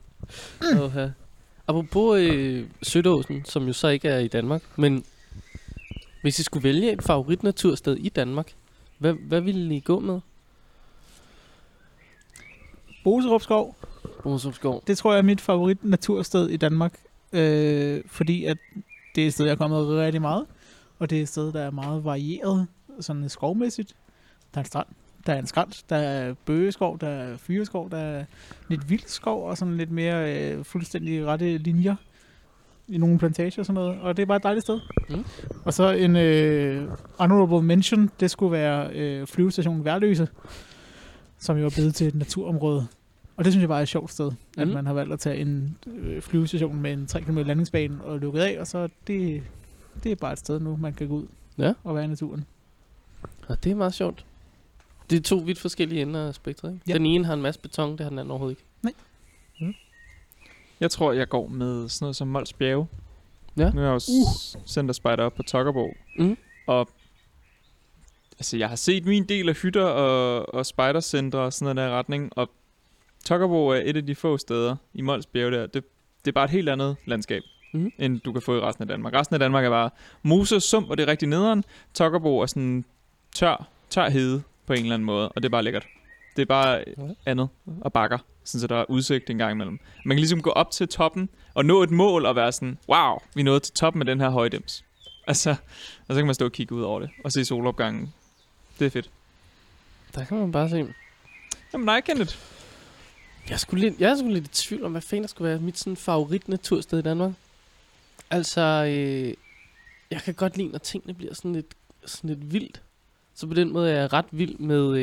Apropos Sødåsen, som jo så ikke er i Danmark, men hvis I skulle vælge et favoritnatursted i Danmark, hvad ville I gå med? Boserup Skov. Boserup Skov. Det tror jeg er mit favorit natursted i Danmark. Fordi at det er et sted, jeg er kommet rigtig meget. Og det er et sted, der er meget varieret, sådan skovmæssigt. Der er en strand, der er en skrant, der er bøgeskov, der er fyreskov, der er lidt vild skov, og sådan lidt mere fuldstændig rette linjer i nogle plantager og sådan noget. Og det er bare et dejligt sted. Mm. Og så en honorable mention, det skulle være flyvestationen Værløse, som jo er blevet til et naturområde. Og det synes jeg bare er et sjovt sted, at man har valgt at tage en flyvestation med en 3 km landingsbane og lukket af, og så det er bare et sted nu, man kan gå ud og være i naturen. Og det er meget sjovt. Det er 2 vidt forskellige ender af spektret, ikke? Ja. Den ene har en masse beton, det har den anden overhovedet ikke. Nej. Jeg tror, jeg går med sådan noget som Mols Bjerge. Ja. Nu er jeg jo centerspejder op på Tokkerborg. Mm. Og altså, jeg har set min del af hytter og spejdercentre og sådan noget der retning. Og Tokkerborg er et af de få steder i Mols Bjerge der. Det er bare et helt andet landskab, end du kan få i resten af Danmark. Resten af Danmark er bare mose, sump, og det er rigtig nederen. Tokkerborg er sådan tør hede på en eller anden måde, og det er bare lækkert. Det er bare andet og bakker, sådan så der er udsigt en gang imellem. Man kan ligesom gå op til toppen og nå et mål og være sådan, wow, vi er nået til toppen med den her højdems. Altså, og så kan man stå og kigge ud over det og se solopgangen. Det er fedt. Der kan man bare se. Jamen nej, Kenneth. Jeg er sgu lidt i tvivl om, hvad fanden der skulle være mit sådan favorit natursted i Danmark. Altså, jeg kan godt lide, når tingene bliver sådan lidt vildt. Så på den måde er jeg ret vild med,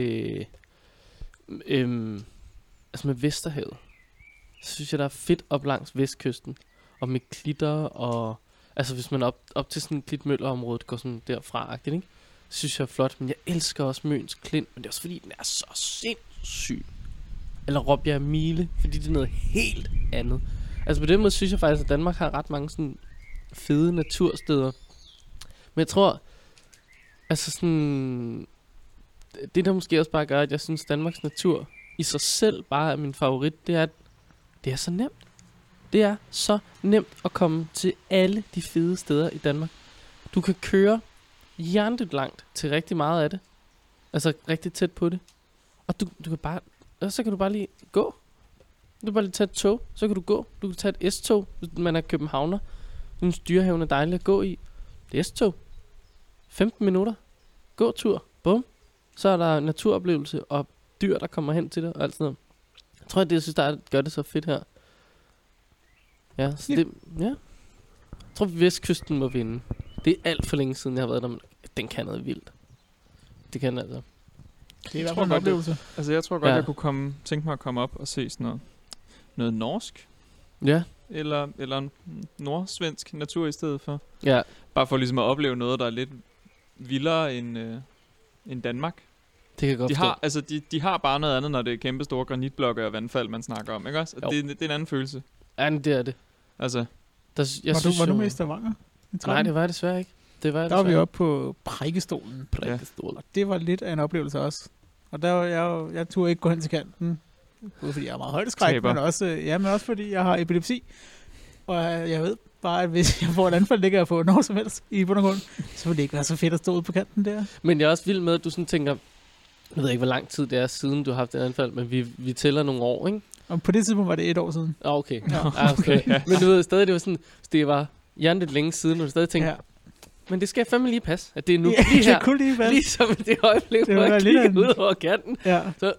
altså med Vesterhavet. Så synes jeg, der er fedt op langs vestkysten. Og med klitter og... Altså hvis man op til sådan et klitmøllerområde, går sådan derfra-agtigt, ikke? Så synes jeg er flot. Men jeg elsker også Møns Klint, men det er også fordi, den er så sindssyg. Eller Råbjerg Mile, fordi det er noget helt andet. Altså på den måde synes jeg faktisk, at Danmark har ret mange sådan fede natursteder. Men jeg tror, altså sådan... Det der måske også bare gør, at jeg synes, Danmarks natur i sig selv bare er min favorit, det er, at det er så nemt. Det er så nemt at komme til alle de fede steder i Danmark. Du kan køre hjernet langt til rigtig meget af det. Altså rigtig tæt på det. Og du kan bare... Og så kan du bare lige gå. Du kan bare lige tage et tog, så kan du gå. Du kan tage et S-tog, hvis man er københavner. Synes Dyrehaven er dejligt at gå i. Det er S-tog. 15 minutter. Gåtur. Bum. Så er der naturoplevelse og dyr, der kommer hen til dig og alt sådan noget. Jeg tror, det jeg synes, der gør det så fedt her. Ja, så det... Ja. Jeg tror, vestkysten må vinde. Det er alt for længe siden, jeg har været der, men den kan noget vildt. Det kan altså. Det er i hvert fald en oplevelse. Altså jeg tror godt, jeg kunne tænke mig at komme op og se sådan noget norsk. Ja. Eller en nordsvensk natur i stedet for. Ja. Bare for ligesom at opleve noget, der er lidt vildere end Danmark. Det kan godt de har bare noget andet, når det er kæmpe store granitblokke og vandfald, man snakker om, ikke også? Det er en anden følelse. Ja, det er det. Altså. Var du med i Stavanger? Nej, det var jeg desværre ikke. Der var vi oppe på Prædikestolen. Og det var lidt af en oplevelse også. Og der var jeg turde ikke gå hen til kanten. Både fordi jeg er meget højdeskræk, men også fordi jeg har epilepsi. Og jeg ved bare, at hvis jeg får et anfald, det kan jeg få når som helst i bund og grund, så vil det ikke være så fedt at stå ude på kanten der. Men jeg er også vild med, at du sådan tænker, jeg ved ikke, hvor lang tid det er siden, du har haft et anfald, men vi tæller nogle år, ikke? Og på det tidspunkt var det 1 år siden. Okay. Okay. Men du ved stadig, det var sådan, det var hjernet længe siden, og du stadig tænkte, men det skal fandme lige passe, at det er nu lige her. Det kunne lige passe. Ligesom det øjeblik, hvor jeg kigger ud over kanten. Ja. Så,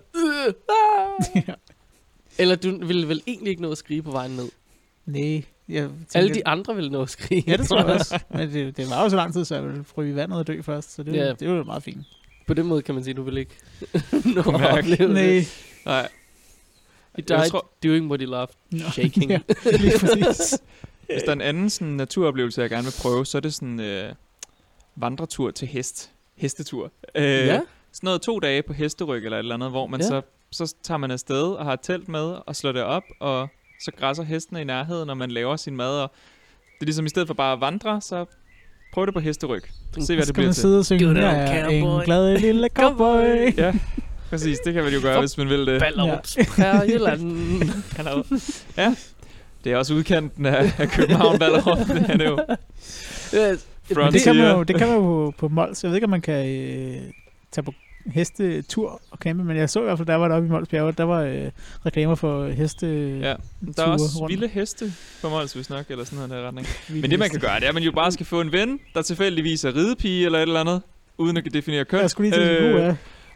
Eller du ville vel egentlig ikke nå at skrige på vejen ned? Nej. Alle de andre ville nå at skrige. Ja, det tror jeg også. Men det var jo så lang tid, så jeg ville fryge vandet og dø først. Så det var jo meget fint. På den måde kan man sige, at du vil ikke nå at opleve det. Nej. He died doing what he loved. Shaking. Ja, lige præcis. Hvis der er en anden sådan naturoplevelse, jeg gerne vil prøve, så er det sådan vandretur til hestetur. Sådan noget 2 dage på hesteryg eller et eller andet, hvor man så tager man afsted og har et telt med og slår det op, og så græsser hestene i nærheden, når man laver sin mad. Og det er ligesom i stedet for bare at vandre, så prøv det på hesteryg. Se hvad det bliver til. Så skal man sidde og synge, en glad lille cowboy. Ja, præcis. Det kan man jo gøre, hvis man vil det. Ballerups Prærieland. Ja. Det er også udkanten af København, Ballerup. Det er det jo. Det kan man jo på Mols. Jeg ved ikke, om man kan tage på hestetur og campe, men jeg så i hvert fald, der var der oppe i Mols Bjerge, der var reklamer for heste. Ja, der er også vilde heste på Mols, hvis nok, eller sådan noget der retning. Men det man kan gøre, det er, at man jo bare skal få en ven, der tilfældigvis er ridepige eller et eller andet, uden at definere køn. Jeg skulle lige til ja.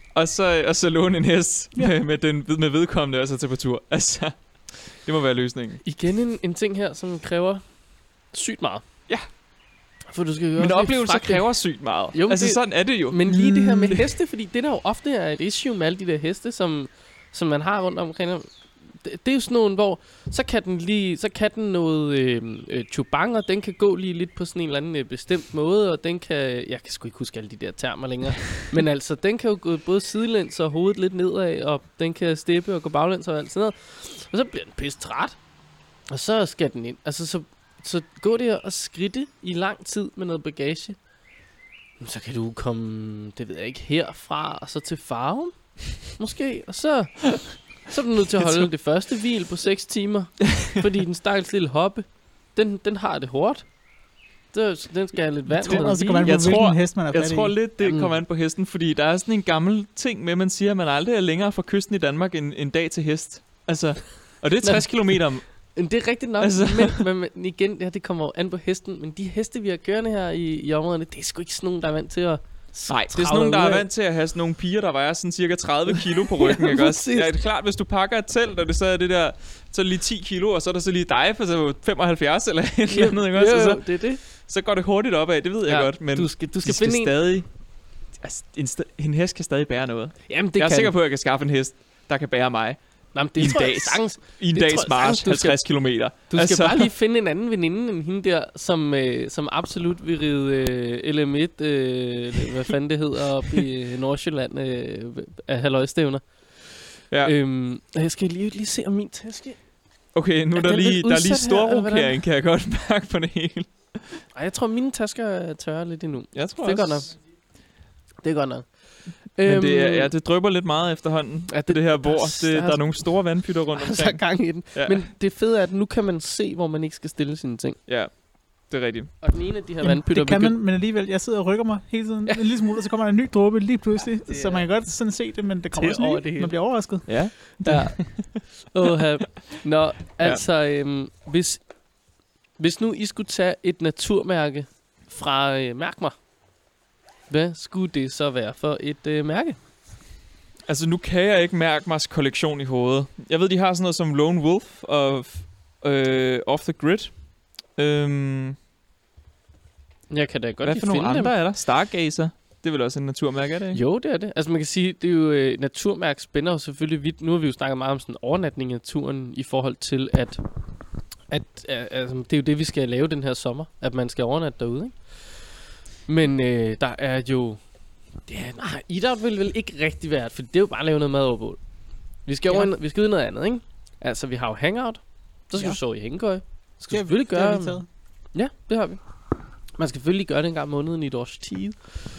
Og så låne en hest med vedkommende, og så tage på tur. Altså, det må være løsningen. Igen en ting her, som kræver sygt meget. Ja. For du skal jo men oplevelser kræver sygt meget. Jo, altså, sådan er det jo. Men lige det her med heste, fordi det der jo ofte er et issue med alle de der heste, som man har rundt omkring. Det er jo sådan nogle, hvor så kan den noget chubang, og den kan gå lige lidt på sådan en eller anden bestemt måde, og den kan, jeg kan sgu ikke huske alle de der termer længere, men altså, den kan jo gå både sidelæns og hovedet lidt nedad, og den kan steppe og gå baglæns og alt sådan noget, og så bliver den pisse træt, og så skal den ind, altså så gå der og skridte i lang tid med noget bagage, så kan du komme, det ved jeg ikke, herfra og så til Farum, måske, og så er du nødt til at holde det første hvil på 6 timer, fordi den stakkels lille hoppe, den har det hårdt. Den skal have lidt vand. Jeg tror lidt, det kommer an på hesten, fordi der er sådan en gammel ting med, man siger, at man aldrig er længere fra kysten i Danmark end en dag til hest. Altså, og det er 60 kilometer. Det er rigtigt nok, altså. men igen, det kommer jo an på hesten, men de heste, vi har kørende her i områderne, det er sgu ikke sådan nogen, der er vant til at... Nej, det er sådan nogen, der er vant til at have sådan nogle piger, der vejer sådan cirka 30 kilo på ryggen, ikke også? Ja, det er klart, hvis du pakker et telt, og det så er det der, så er det lige 10 kilo, og så er der så lige dig for så 75 eller et eller andet, ikke også? Jo, det er det. Så går det hurtigt opad, det ved jeg godt, men du skal finde stadig... Altså, en hest kan stadig bære noget. Jamen, jeg er sikker på, at jeg kan skaffe en hest, der kan bære mig. Jamen, det I en dags march, 50 kilometer. Du skal bare lige finde en anden veninde end hende der, som absolut vil ride LM1, hvad fanden det hedder, op i Nordsjælland af halvøjstævner. Ja. Jeg skal lige se om min taske. Okay, nu er der lige storrokering, kan jeg godt mærke på det hele. Ej, jeg tror, mine tasker er tørre lidt endnu. Jeg tror det er også. Det er godt nok. Men det drypper lidt meget efterhånden, det her bord. Der er nogle store vandpytter rundt omkring. Der er gang i den. Ja. Men det fede er, at nu kan man se, hvor man ikke skal stille sine ting. Ja, det er rigtigt. Og den ene af de her vandpytter... Det kan man, men alligevel, jeg sidder og rykker mig hele tiden en lille smule, og så kommer der en ny dråbe lige pludselig. Så man kan godt sådan se det, men det kommer også over det hele. Man bliver overrasket. Ja. Nå, altså, hvis nu I skulle tage et naturmærke fra Mærk mig, hvad skulle det så være for et mærke? Altså, nu kan jeg ikke mærke mig kollektion i hovedet. Jeg ved, de har sådan noget som Lone Wolf og Off the Grid. Jeg kan da godt hvad for nogle andre er der? Stargazer. Det er vel også en naturmærke, er det ikke? Jo, det er det. Altså, man kan sige, det er jo naturmærke spænder jo selvfølgelig vidt. Nu har vi jo snakket meget om sådan overnatning i naturen i forhold til, at altså, det er jo det, vi skal lave den her sommer. At man skal overnatte derude, ikke? Men der er jo... idræt vil vel ikke rigtig være, for det er jo bare at lave noget mad over bål. Vi skal ud i noget andet, ikke? Altså, vi har jo hangout. Så skal du sove i hængekøj. Skal selvfølgelig gøre... Ja, det har vi. Man skal selvfølgelig gøre det en gang om måneden i et års tid.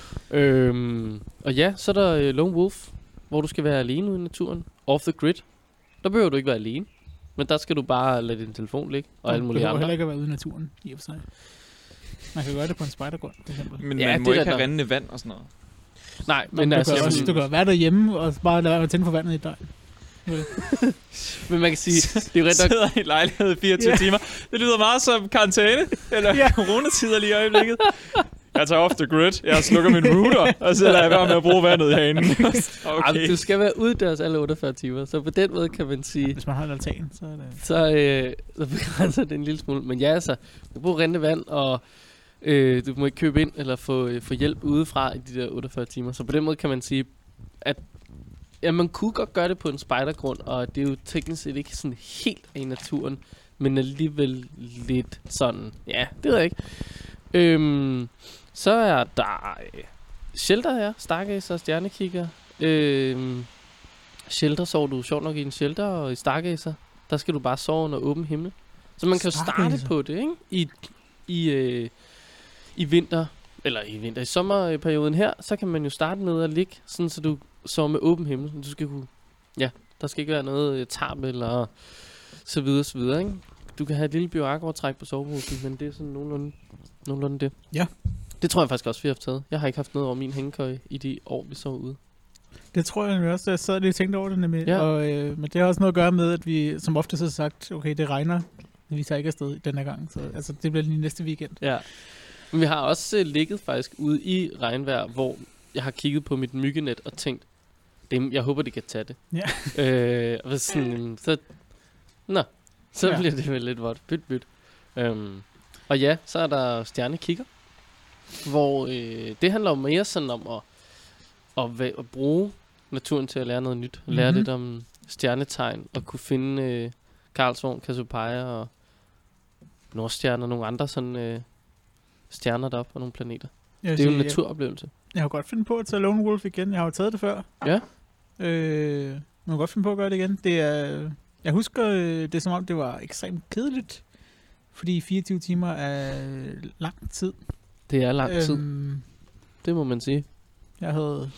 Og ja, så er der Lone Wolf, hvor du skal være alene ude i naturen. Off the grid. Der behøver du ikke være alene. Men der skal du bare lade din telefon ligge. Og alle mulige andre. Du behøver heller ikke at være ude i naturen, i og for sig. Man kan gøre det på en spejdergrund, for eksempel. Men man må ikke have rindende vand og sådan noget. Nej, men altså... Du kan være derhjemme og bare lade være med at tænde for vandet i et døgn. Men man kan sige, det er jo ret nok... sidder i lejlighed i 24 timer. Det lyder meget som karantæne, eller coronatider lige i øjeblikket. Jeg tager off the grid, jeg slukker min router, og så lader jeg være med at bruge vandet herinde. Okay. Jamen, du skal være udendørs alle 48 timer, så på den måde kan man sige... Hvis man har en altan, så er det... Så begrænser det en lille smule. Men ja, altså, du bruger rindende vand, og du må ikke købe ind, eller få hjælp udefra i de der 48 timer. Så på den måde kan man sige, at ja, man kunne godt gøre det på en spejdergrund, og det er jo teknisk set ikke sådan helt af naturen, men alligevel lidt sådan, ja, det ved jeg ikke. Så er der shelter her, Stargazer og stjernekigger. Shelter sover du sjovt nok i en shelter, og i Stargazer, der skal du bare sove under åben himmel. Så man kan jo starte på det, ikke? I vinter, eller i sommerperioden her, så kan man jo starte med at ligge, sådan så du sover med åben himmel. Du skal kunne, der skal ikke være noget tarp eller så videre, ikke? Du kan have et lille bioagrovertræk på soveposen, men det er sådan nogenlunde det. Ja. Det tror jeg faktisk også, vi har taget. Jeg har ikke haft noget over min hængekøj i de år, vi sov ude. Det tror jeg nemlig også. Jeg sad lige og tænkte over det nemlig. Ja. Og, men det har også noget at gøre med, at vi som ofte har sagt, okay, det regner. Vi tager ikke afsted den her gang. Så altså, det bliver lige næste weekend. Ja. Men vi har også ligget faktisk ude i regnvejr, hvor jeg har kigget på mit myggenet og tænkt, jeg håber, de kan tage det. Ja. Og sådan, så bliver det vel lidt vådt. Byt. Og ja, så er der stjernekikker, hvor det handler jo mere sådan om at bruge naturen til at lære noget nyt. Lære lidt om stjernetegn og kunne finde Karlsvogn, Cassiopeia og Nordstjerne og nogle andre sådan stjerner deroppe og nogle planeter. Det er jo en naturoplevelse. Jeg har godt finde på at tage Lone Wolf igen. Jeg har jo taget det før. Ja. Man kan godt finde på at gøre det igen. Det er, jeg husker det er som om, det var ekstremt kedeligt. Fordi 24 timer er lang tid. Det er lang tid. Det må man sige. Jeg havde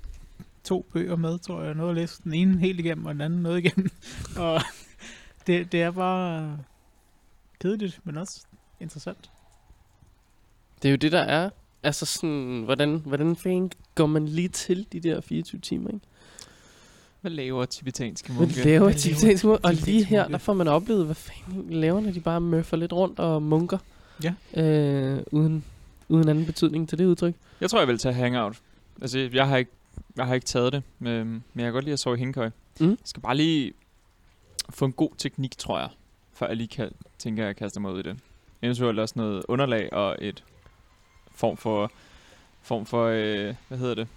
2 bøger med, tror jeg. Noget at læse. Den ene helt igennem, og den anden noget igennem. Og det er bare kedeligt, men også interessant. Det er jo det, der er. Altså sådan, hvordan fanden går man lige til de der 24 timer, ikke? Hvad laver tibetanske munke? Hvad laver tibetanske munke? Og lige her, der får man oplevet, hvad fanden laver, når de bare møffer lidt rundt og munker. Ja. Uden anden betydning til det udtryk. Jeg tror, jeg vil tage hangout. Altså, jeg har ikke taget det, men jeg kan godt lide at sove i hængekøj. Jeg skal bare lige få en god teknik, tror jeg, før jeg lige tænker at kaste mig ud i det. Eventuelt også noget underlag og et form for hvad hedder det?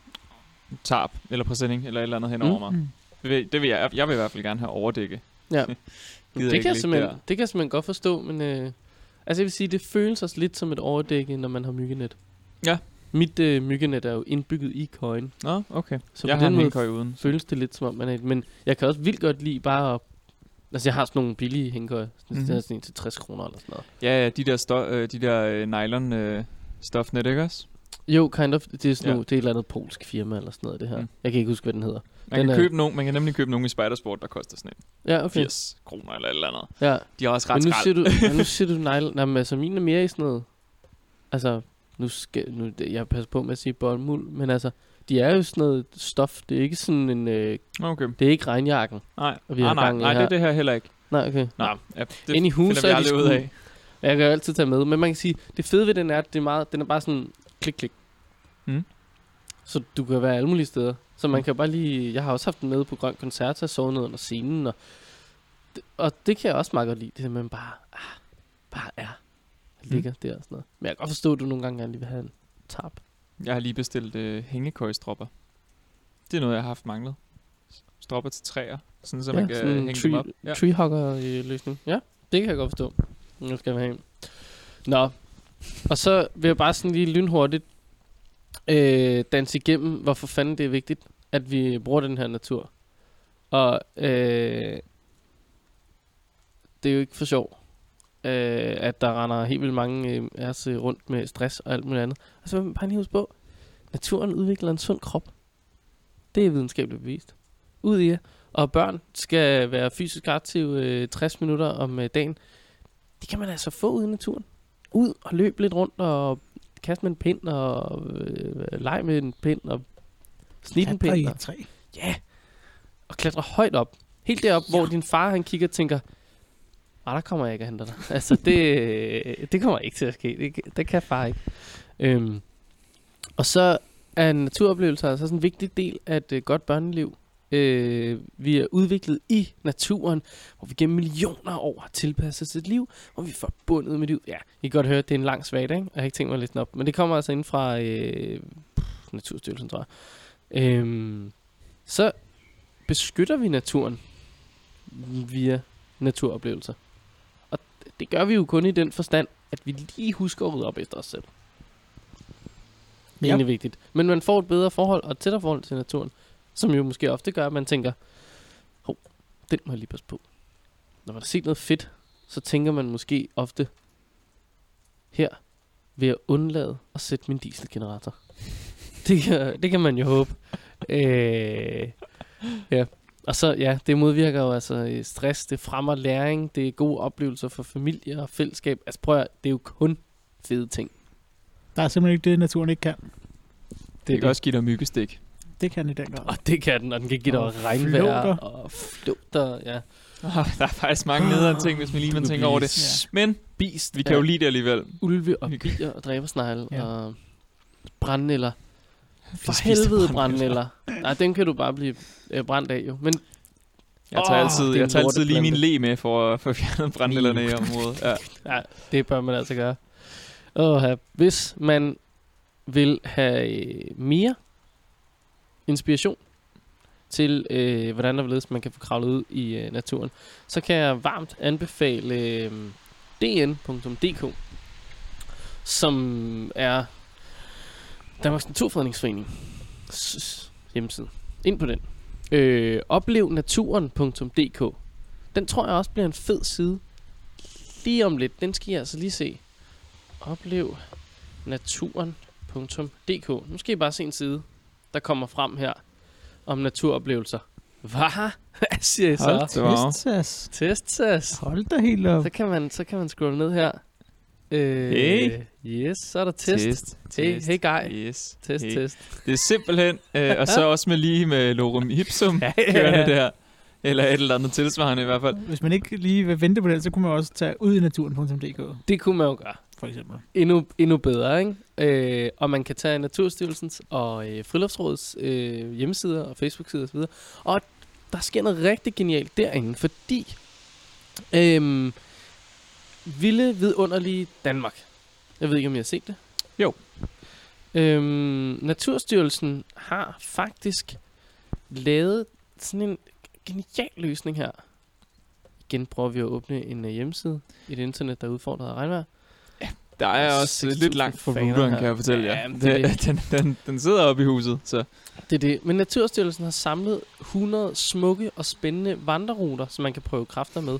Tarp eller præsending eller et eller andet henover mig. Det vil jeg vil i hvert fald gerne have overdækket. Ja. det kan jeg simpelthen godt forstå, men altså jeg vil sige, det føles også lidt som et overdække, når man har myggenet. Ja. Mit myggenet er jo indbygget i køjen. Nå, okay. Så jeg på har den en måde køj uden. Føles det lidt som om man er men jeg kan også vildt godt lide bare at, altså jeg har sådan nogle billige hængekøjer. Det er sådan en til 60 kroner eller sådan noget. Ja, de der nylon stofnet, ikke også? Jo, kind of. Det er sådan det er et eller andet polsk firma eller sådan noget, det her. Jeg kan ikke huske, hvad den hedder. Man kan nemlig købe nogle i Spidersport, der koster sådan en. Ja, okay. 80 kroner eller et eller andet. Ja. De er også ret skrald. Nu siger du nylon. Nej, men altså min er mere i sådan noget. Altså, nu jeg passer på med at sige boldmuld, men altså, de er jo sådan noget stof. Det er ikke sådan en... okay. Det er ikke regnjakken. Nej, det er det her heller ikke. Nej, okay. Nej, ja, det ind i huset finder vi aldrig ud af. Jeg kan jo altid tage med, men man kan sige, det fede ved den er, at den er bare sådan klik. Så du kan være alle mulige steder. Så man kan bare lige... Jeg har også haft den med på Grøn Koncert, og sovet ned under scenen, og det kan jeg også meget godt lide. Det er man bare er. Ligger der og sådan noget. Men jeg kan godt forstå, at du nogle gange gerne lige vil have en tarp. Jeg har lige bestilt hængekøjstropper. Det er noget, jeg har haft manglet. Stropper til træer, sådan så man kan hænge dem op. Ja. Treehugger-løsning. Ja, det kan jeg godt forstå. Nu skal vi have en. Nå, og så vil jeg bare sådan lige lynhurtigt danse igennem, hvorfor fanden det er vigtigt, at vi bruger den her natur. Og det er jo ikke for sjov, at der render helt vildt mange af os rundt med stress og alt muligt andet. Og så vil man bare lige huske på, naturen udvikler en sund krop. Det er videnskabeligt bevist. Ud i og børn skal være fysisk aktive 60 minutter om dagen. Det kan man altså få ude i naturen. Ud og løbe lidt rundt og kaste med en pind og lege med en pind og snitte en pind. Ja, og klatre højt op. Helt derop, hvor din far han kigger og tænker, der kommer jeg ikke at hente dig. Altså det kommer ikke til at ske. Det kan far ikke. Og så er naturoplevelser altså sådan en vigtig del af et godt børneliv. Vi er udviklet i naturen, hvor vi gennem millioner af år har tilpasset sit liv, hvor vi er forbundet med liv. Ja, I kan godt høre, at det er en lang svagdag, ikke? Jeg har ikke tænkt mig at læse den op, men det kommer altså inden fra Naturstyrelsen, tror jeg. Så beskytter vi naturen via naturoplevelser. Og det gør vi jo kun i den forstand, at vi lige husker at rydde op efter os selv. Det er egentlig vigtigt. Men man får et bedre forhold og et tættere forhold til naturen, som jo måske ofte gør, at man tænker, den må jeg lige passe på. Når man har set noget fedt, så tænker man måske ofte, her vil jeg undlade at sætte min dieselgenerator. Det kan man jo håbe. Ja. Og så, det modvirker jo altså stress, det fremmer læring, det er gode oplevelser for familie og fællesskab. Altså prøv at, det er jo kun fede ting. Der er simpelthen ikke det, naturen ikke kan. Det kan også give dig myggestik. Det kan den i den grad. Og det kan den, og den kan give dig Og regnvejr flugter. og flugter, ja. Der er faktisk mange nederen ting, hvis man lige man Du tænker over det. Ja. Men Bist, vi kan jo lide det alligevel. ulve og Vi kan- bier og dræbersnegle Ja. og brandnælder. For Vi spiser helvede brandnælder. brandnælder. Nej, den kan du bare blive brændt af jo. Men Jeg tager det er altid en lige min lorteplante. le med for at få fjernet brandnælderne i området. Ja. ja, det bør man altså gøre. Hvis man vil have mere inspiration til, hvordan og hvorledes man kan få kravlet ud i naturen, så kan jeg varmt anbefale dn.dk, som er Danmarks Naturfredningsforening hjemmeside. Ind på den. Oplevnaturen.dk. Den tror jeg også bliver en fed side. Lige om lidt. Den skal I altså lige se. Oplevnaturen.dk. Nu skal I bare se en side, der kommer frem her om naturoplevelser. Hvad siger I så? Testas. Testas. Hold da helt op. Så kan man scrolle ned her. Hey. Yes, så er der test. Hey Guy. Yes. Test. Det er simpelthen, og så også med lorem ipsum kørende der. Eller et eller andet tilsvarende i hvert fald. Hvis man ikke lige vil vente på den, så kunne man også tage ud i naturen.dk, Det kunne man jo gøre. for eksempel. Endnu bedre, ikke? Og man kan tage Naturstyrelsens og Friluftsrådets hjemmesider og Facebook-sider osv. Og der sker noget rigtig genialt derinde, fordi Vilde Vidunderlige Danmark. Jeg ved ikke, om I har set det? Jo. Naturstyrelsen har faktisk lavet sådan en genial løsning her. Igen prøver vi at åbne en hjemmeside i et internet, der er udfordret af regnvejr. Der er også 6.000 lidt langt fra faner routeren, her. kan jeg fortælle jer. Ja, men det er Den sidder oppe i huset, så Det er det. Men Naturstyrelsen har samlet 100 smukke og spændende vandreruter, som man kan prøve kræfter med.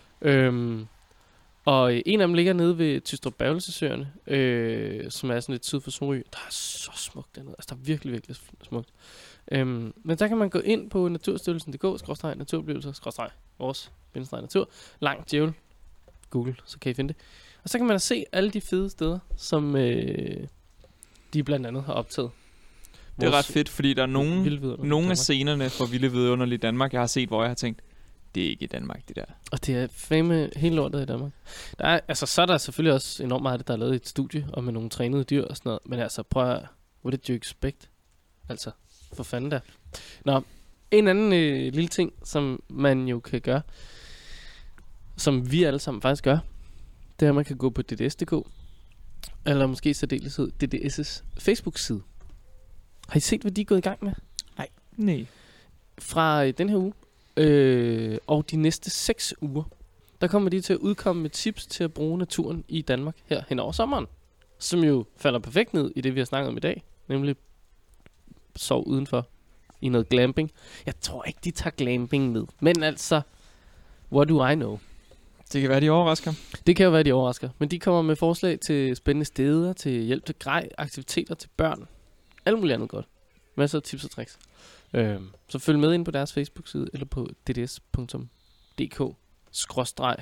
Og en af dem ligger nede ved Tystrup-Bavelsesøerne, som er sådan lidt syd for Sorø. Der er så smukt dernede. Altså, der er virkelig, virkelig smukt. Men der kan man gå ind på naturstyrelsen.dk/naturoplevelser/ vores -natur. Langt djævel. Google, så kan I finde det. Og så kan man se alle de fede steder, som de blandt andet har optaget. det er ret fedt, fordi der er nogle af Danmark. scenerne fra Vilde Vidunderlige Danmark, jeg har set, hvor jeg har tænkt, det er ikke i Danmark, det der. Og det er fandme hele lortet i Danmark. Der er, altså, så er der selvfølgelig også enormt meget af det, der er lavet i et studie, og med nogle trænede dyr og sådan noget. Men altså, prøv at... What did you expect? Altså, for fanden da. Nå, en anden lille ting, som man jo kan gøre, som vi alle sammen faktisk gør, det er, at man kan gå på DDS.dk, eller måske i særdeleshed DDS' Facebook-side. Har I set, hvad de er gået i gang med? Nej. Fra den her uge og de næste 6 uger, der kommer de til at udkomme med tips til at bruge naturen i Danmark her hen over sommeren. Som jo falder perfekt ned i det, vi har snakket om i dag. Nemlig sov udenfor i noget glamping. Jeg tror ikke, de tager glamping med. Men altså, what do I know? Det kan være, de overrasker. Det kan jo være, de overrasker. Men de kommer med forslag til spændende steder, til hjælp til grej, aktiviteter til børn. Alt muligt andet godt. Masser af tips og tricks. Så følg med ind på deres Facebook-side, eller på dds.dk/spider-idéer,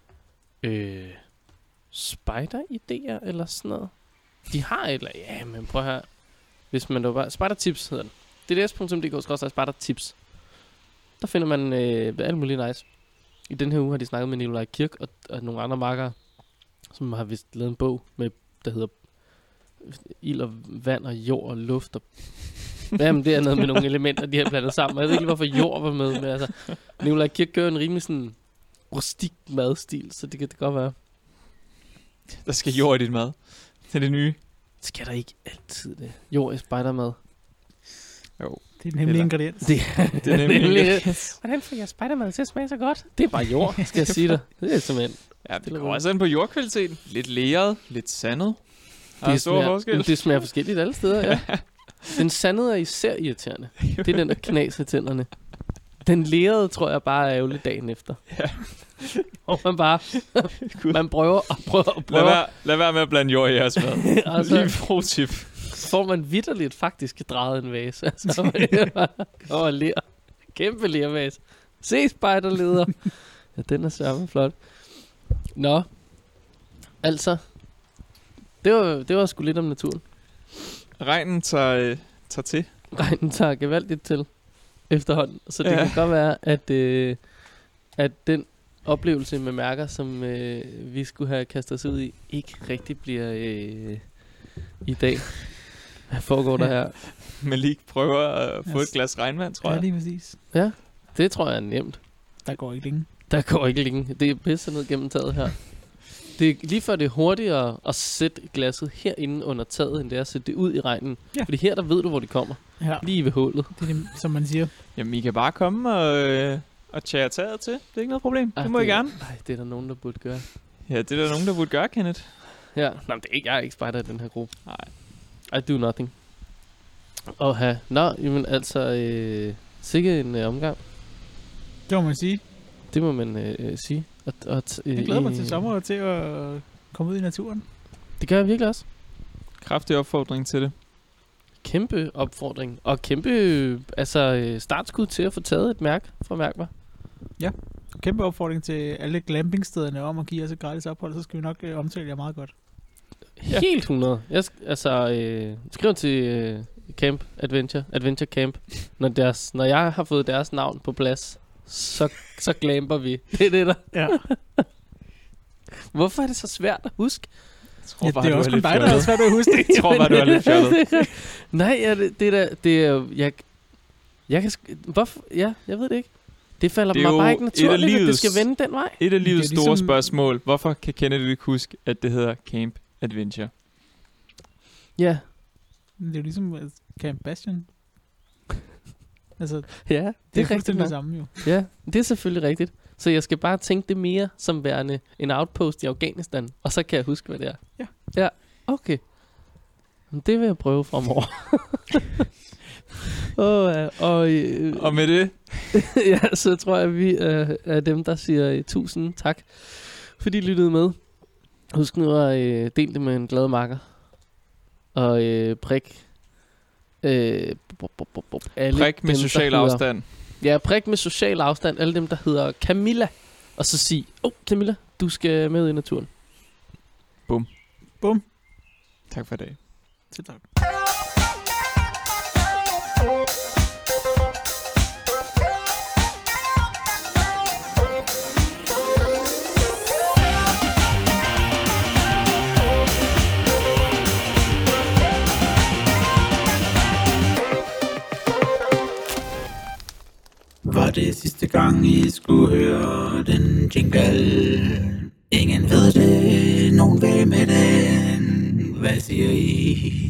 eller sådan noget. De har et eller andet. Ja, men prøv her. Hvis man da bare... Spider-tips hedder den. dds.dk/spider-tips. Der finder man alt muligt nice. I den her uge har de snakket med Nikolaj Kirk og nogle andre makkere, som har vist lavet en bog med, der hedder ild og vand og jord og luft og jamen, det er noget med nogle elementer, de har blandet sammen. Jeg ved ikke, hvorfor jord var med, men altså, Nikolaj Kirk gør en rimelig sådan rustik madstil, så det kan det godt være. Der skal jord i dit mad. Det er det nye. Skal der ikke altid det? Jord i spidermad. Jo. Det er en hemmelig ingrediens. Det er nemlig hvordan får jeg spidermad til at smage så godt? Det er bare jord, skal jeg sige dig. Det er simpelthen. Ja, det kommer også an på jordkvaliteten. Lidt leret, lidt sandet. Der er stor forskel. Det smager forskelligt alle steder, ja. Den sandede er især irriterende. Det er den, der knaser i tænderne. Den lerede, tror jeg, bare er ærgerlig dagen efter. Ja. Og man bare... man prøver. Lad være med at blande jord i jeres mad. Altså, Lige pro-tip. får man vitterligt faktisk drejet en vase. Altså, og ler. Kæmpe lervase. Se, spejderleder. Ja, den er sørme flot. Nå. Altså. Det var sgu lidt om naturen. Regnen tager til. regnen tager gevaldigt til efterhånden. Så det kan godt være, at den oplevelse med mærker, som vi skulle have kastet os ud i, ikke rigtig bliver i dag. Hvad foregår der her? Malik prøver at få et glas regnvand, tror jeg. Ja, lige præcis. Ja, det tror jeg er nemt. Der går ikke længe. Der går ikke længe. Det er pisse ned gennem taget her. Det er lige før det er hurtigere at sætte glasset herinde under taget, end det er at sætte det ud i regnen. Ja. Fordi her, der ved du, hvor det kommer. Ja. Lige ved hullet. Det er det, som man siger. Jamen, I kan bare komme og tjære taget til. Det er ikke noget problem. Det må I gerne. Nej, det er der nogen, der burde gøre. Ja, det er der nogen, der burde gøre, Kenneth. Ja, nej, men det er ikke, jeg er ikke spejder i den her gruppe. Nej. I do nothing. Nå, jamen altså, sikke en omgang. Det må man sige. Det må man sige. Jeg glæder mig til sommer til at komme ud i naturen. Det gør jeg virkelig også. Kraftig opfordring til det. Kæmpe opfordring. Og kæmpe startskud til at få taget et mærke fra Mærkvar. Ja. Kæmpe opfordring til alle glampingstederne om at give os et gratis ophold, så skal vi nok omtale jer meget godt. Ja. Helt 100. Jeg skriv til Camp Adventure Camp. Når jeg har fået deres navn på plads, så glamper vi. Det er det der. Ja. Hvorfor er det så svært at huske? Ja, det er også kun dig, der er svært at huske det. Jeg tror bare, du er lidt fjollet. Nej, ja, det er jeg kan hvorfor? Ja, jeg ved det ikke. Det falder mig bare ikke naturligt, at det skal vende den vej. Et af livets ligesom store spørgsmål. Hvorfor kan Kenneth ikke huske, at det hedder Camp Adventure? Ja. Det er jo ligesom Camp Bastion. Altså, ja, det er fuldstændig det samme jo. Ja, det er selvfølgelig rigtigt. Så jeg skal bare tænke det mere som værende en outpost i Afghanistan, og så kan jeg huske, hvad det er. Ja. Ja, okay. Det vil jeg prøve fremover. Og med det? Ja, så tror jeg, at vi er dem, der siger tusind tak, fordi I lyttede med. Husk nu at dele det med en glad makker. Og prik. Prik med social afstand. Ja, prik med social afstand. Alle dem, der hedder Camilla. Og så sig, Camilla, du skal med i naturen. Bum. Bum. Tak for i dag. Selv tak. Var det sidste gang I skulle høre den jingle? Ingen ved det, nogen vil med den. Hvad siger I?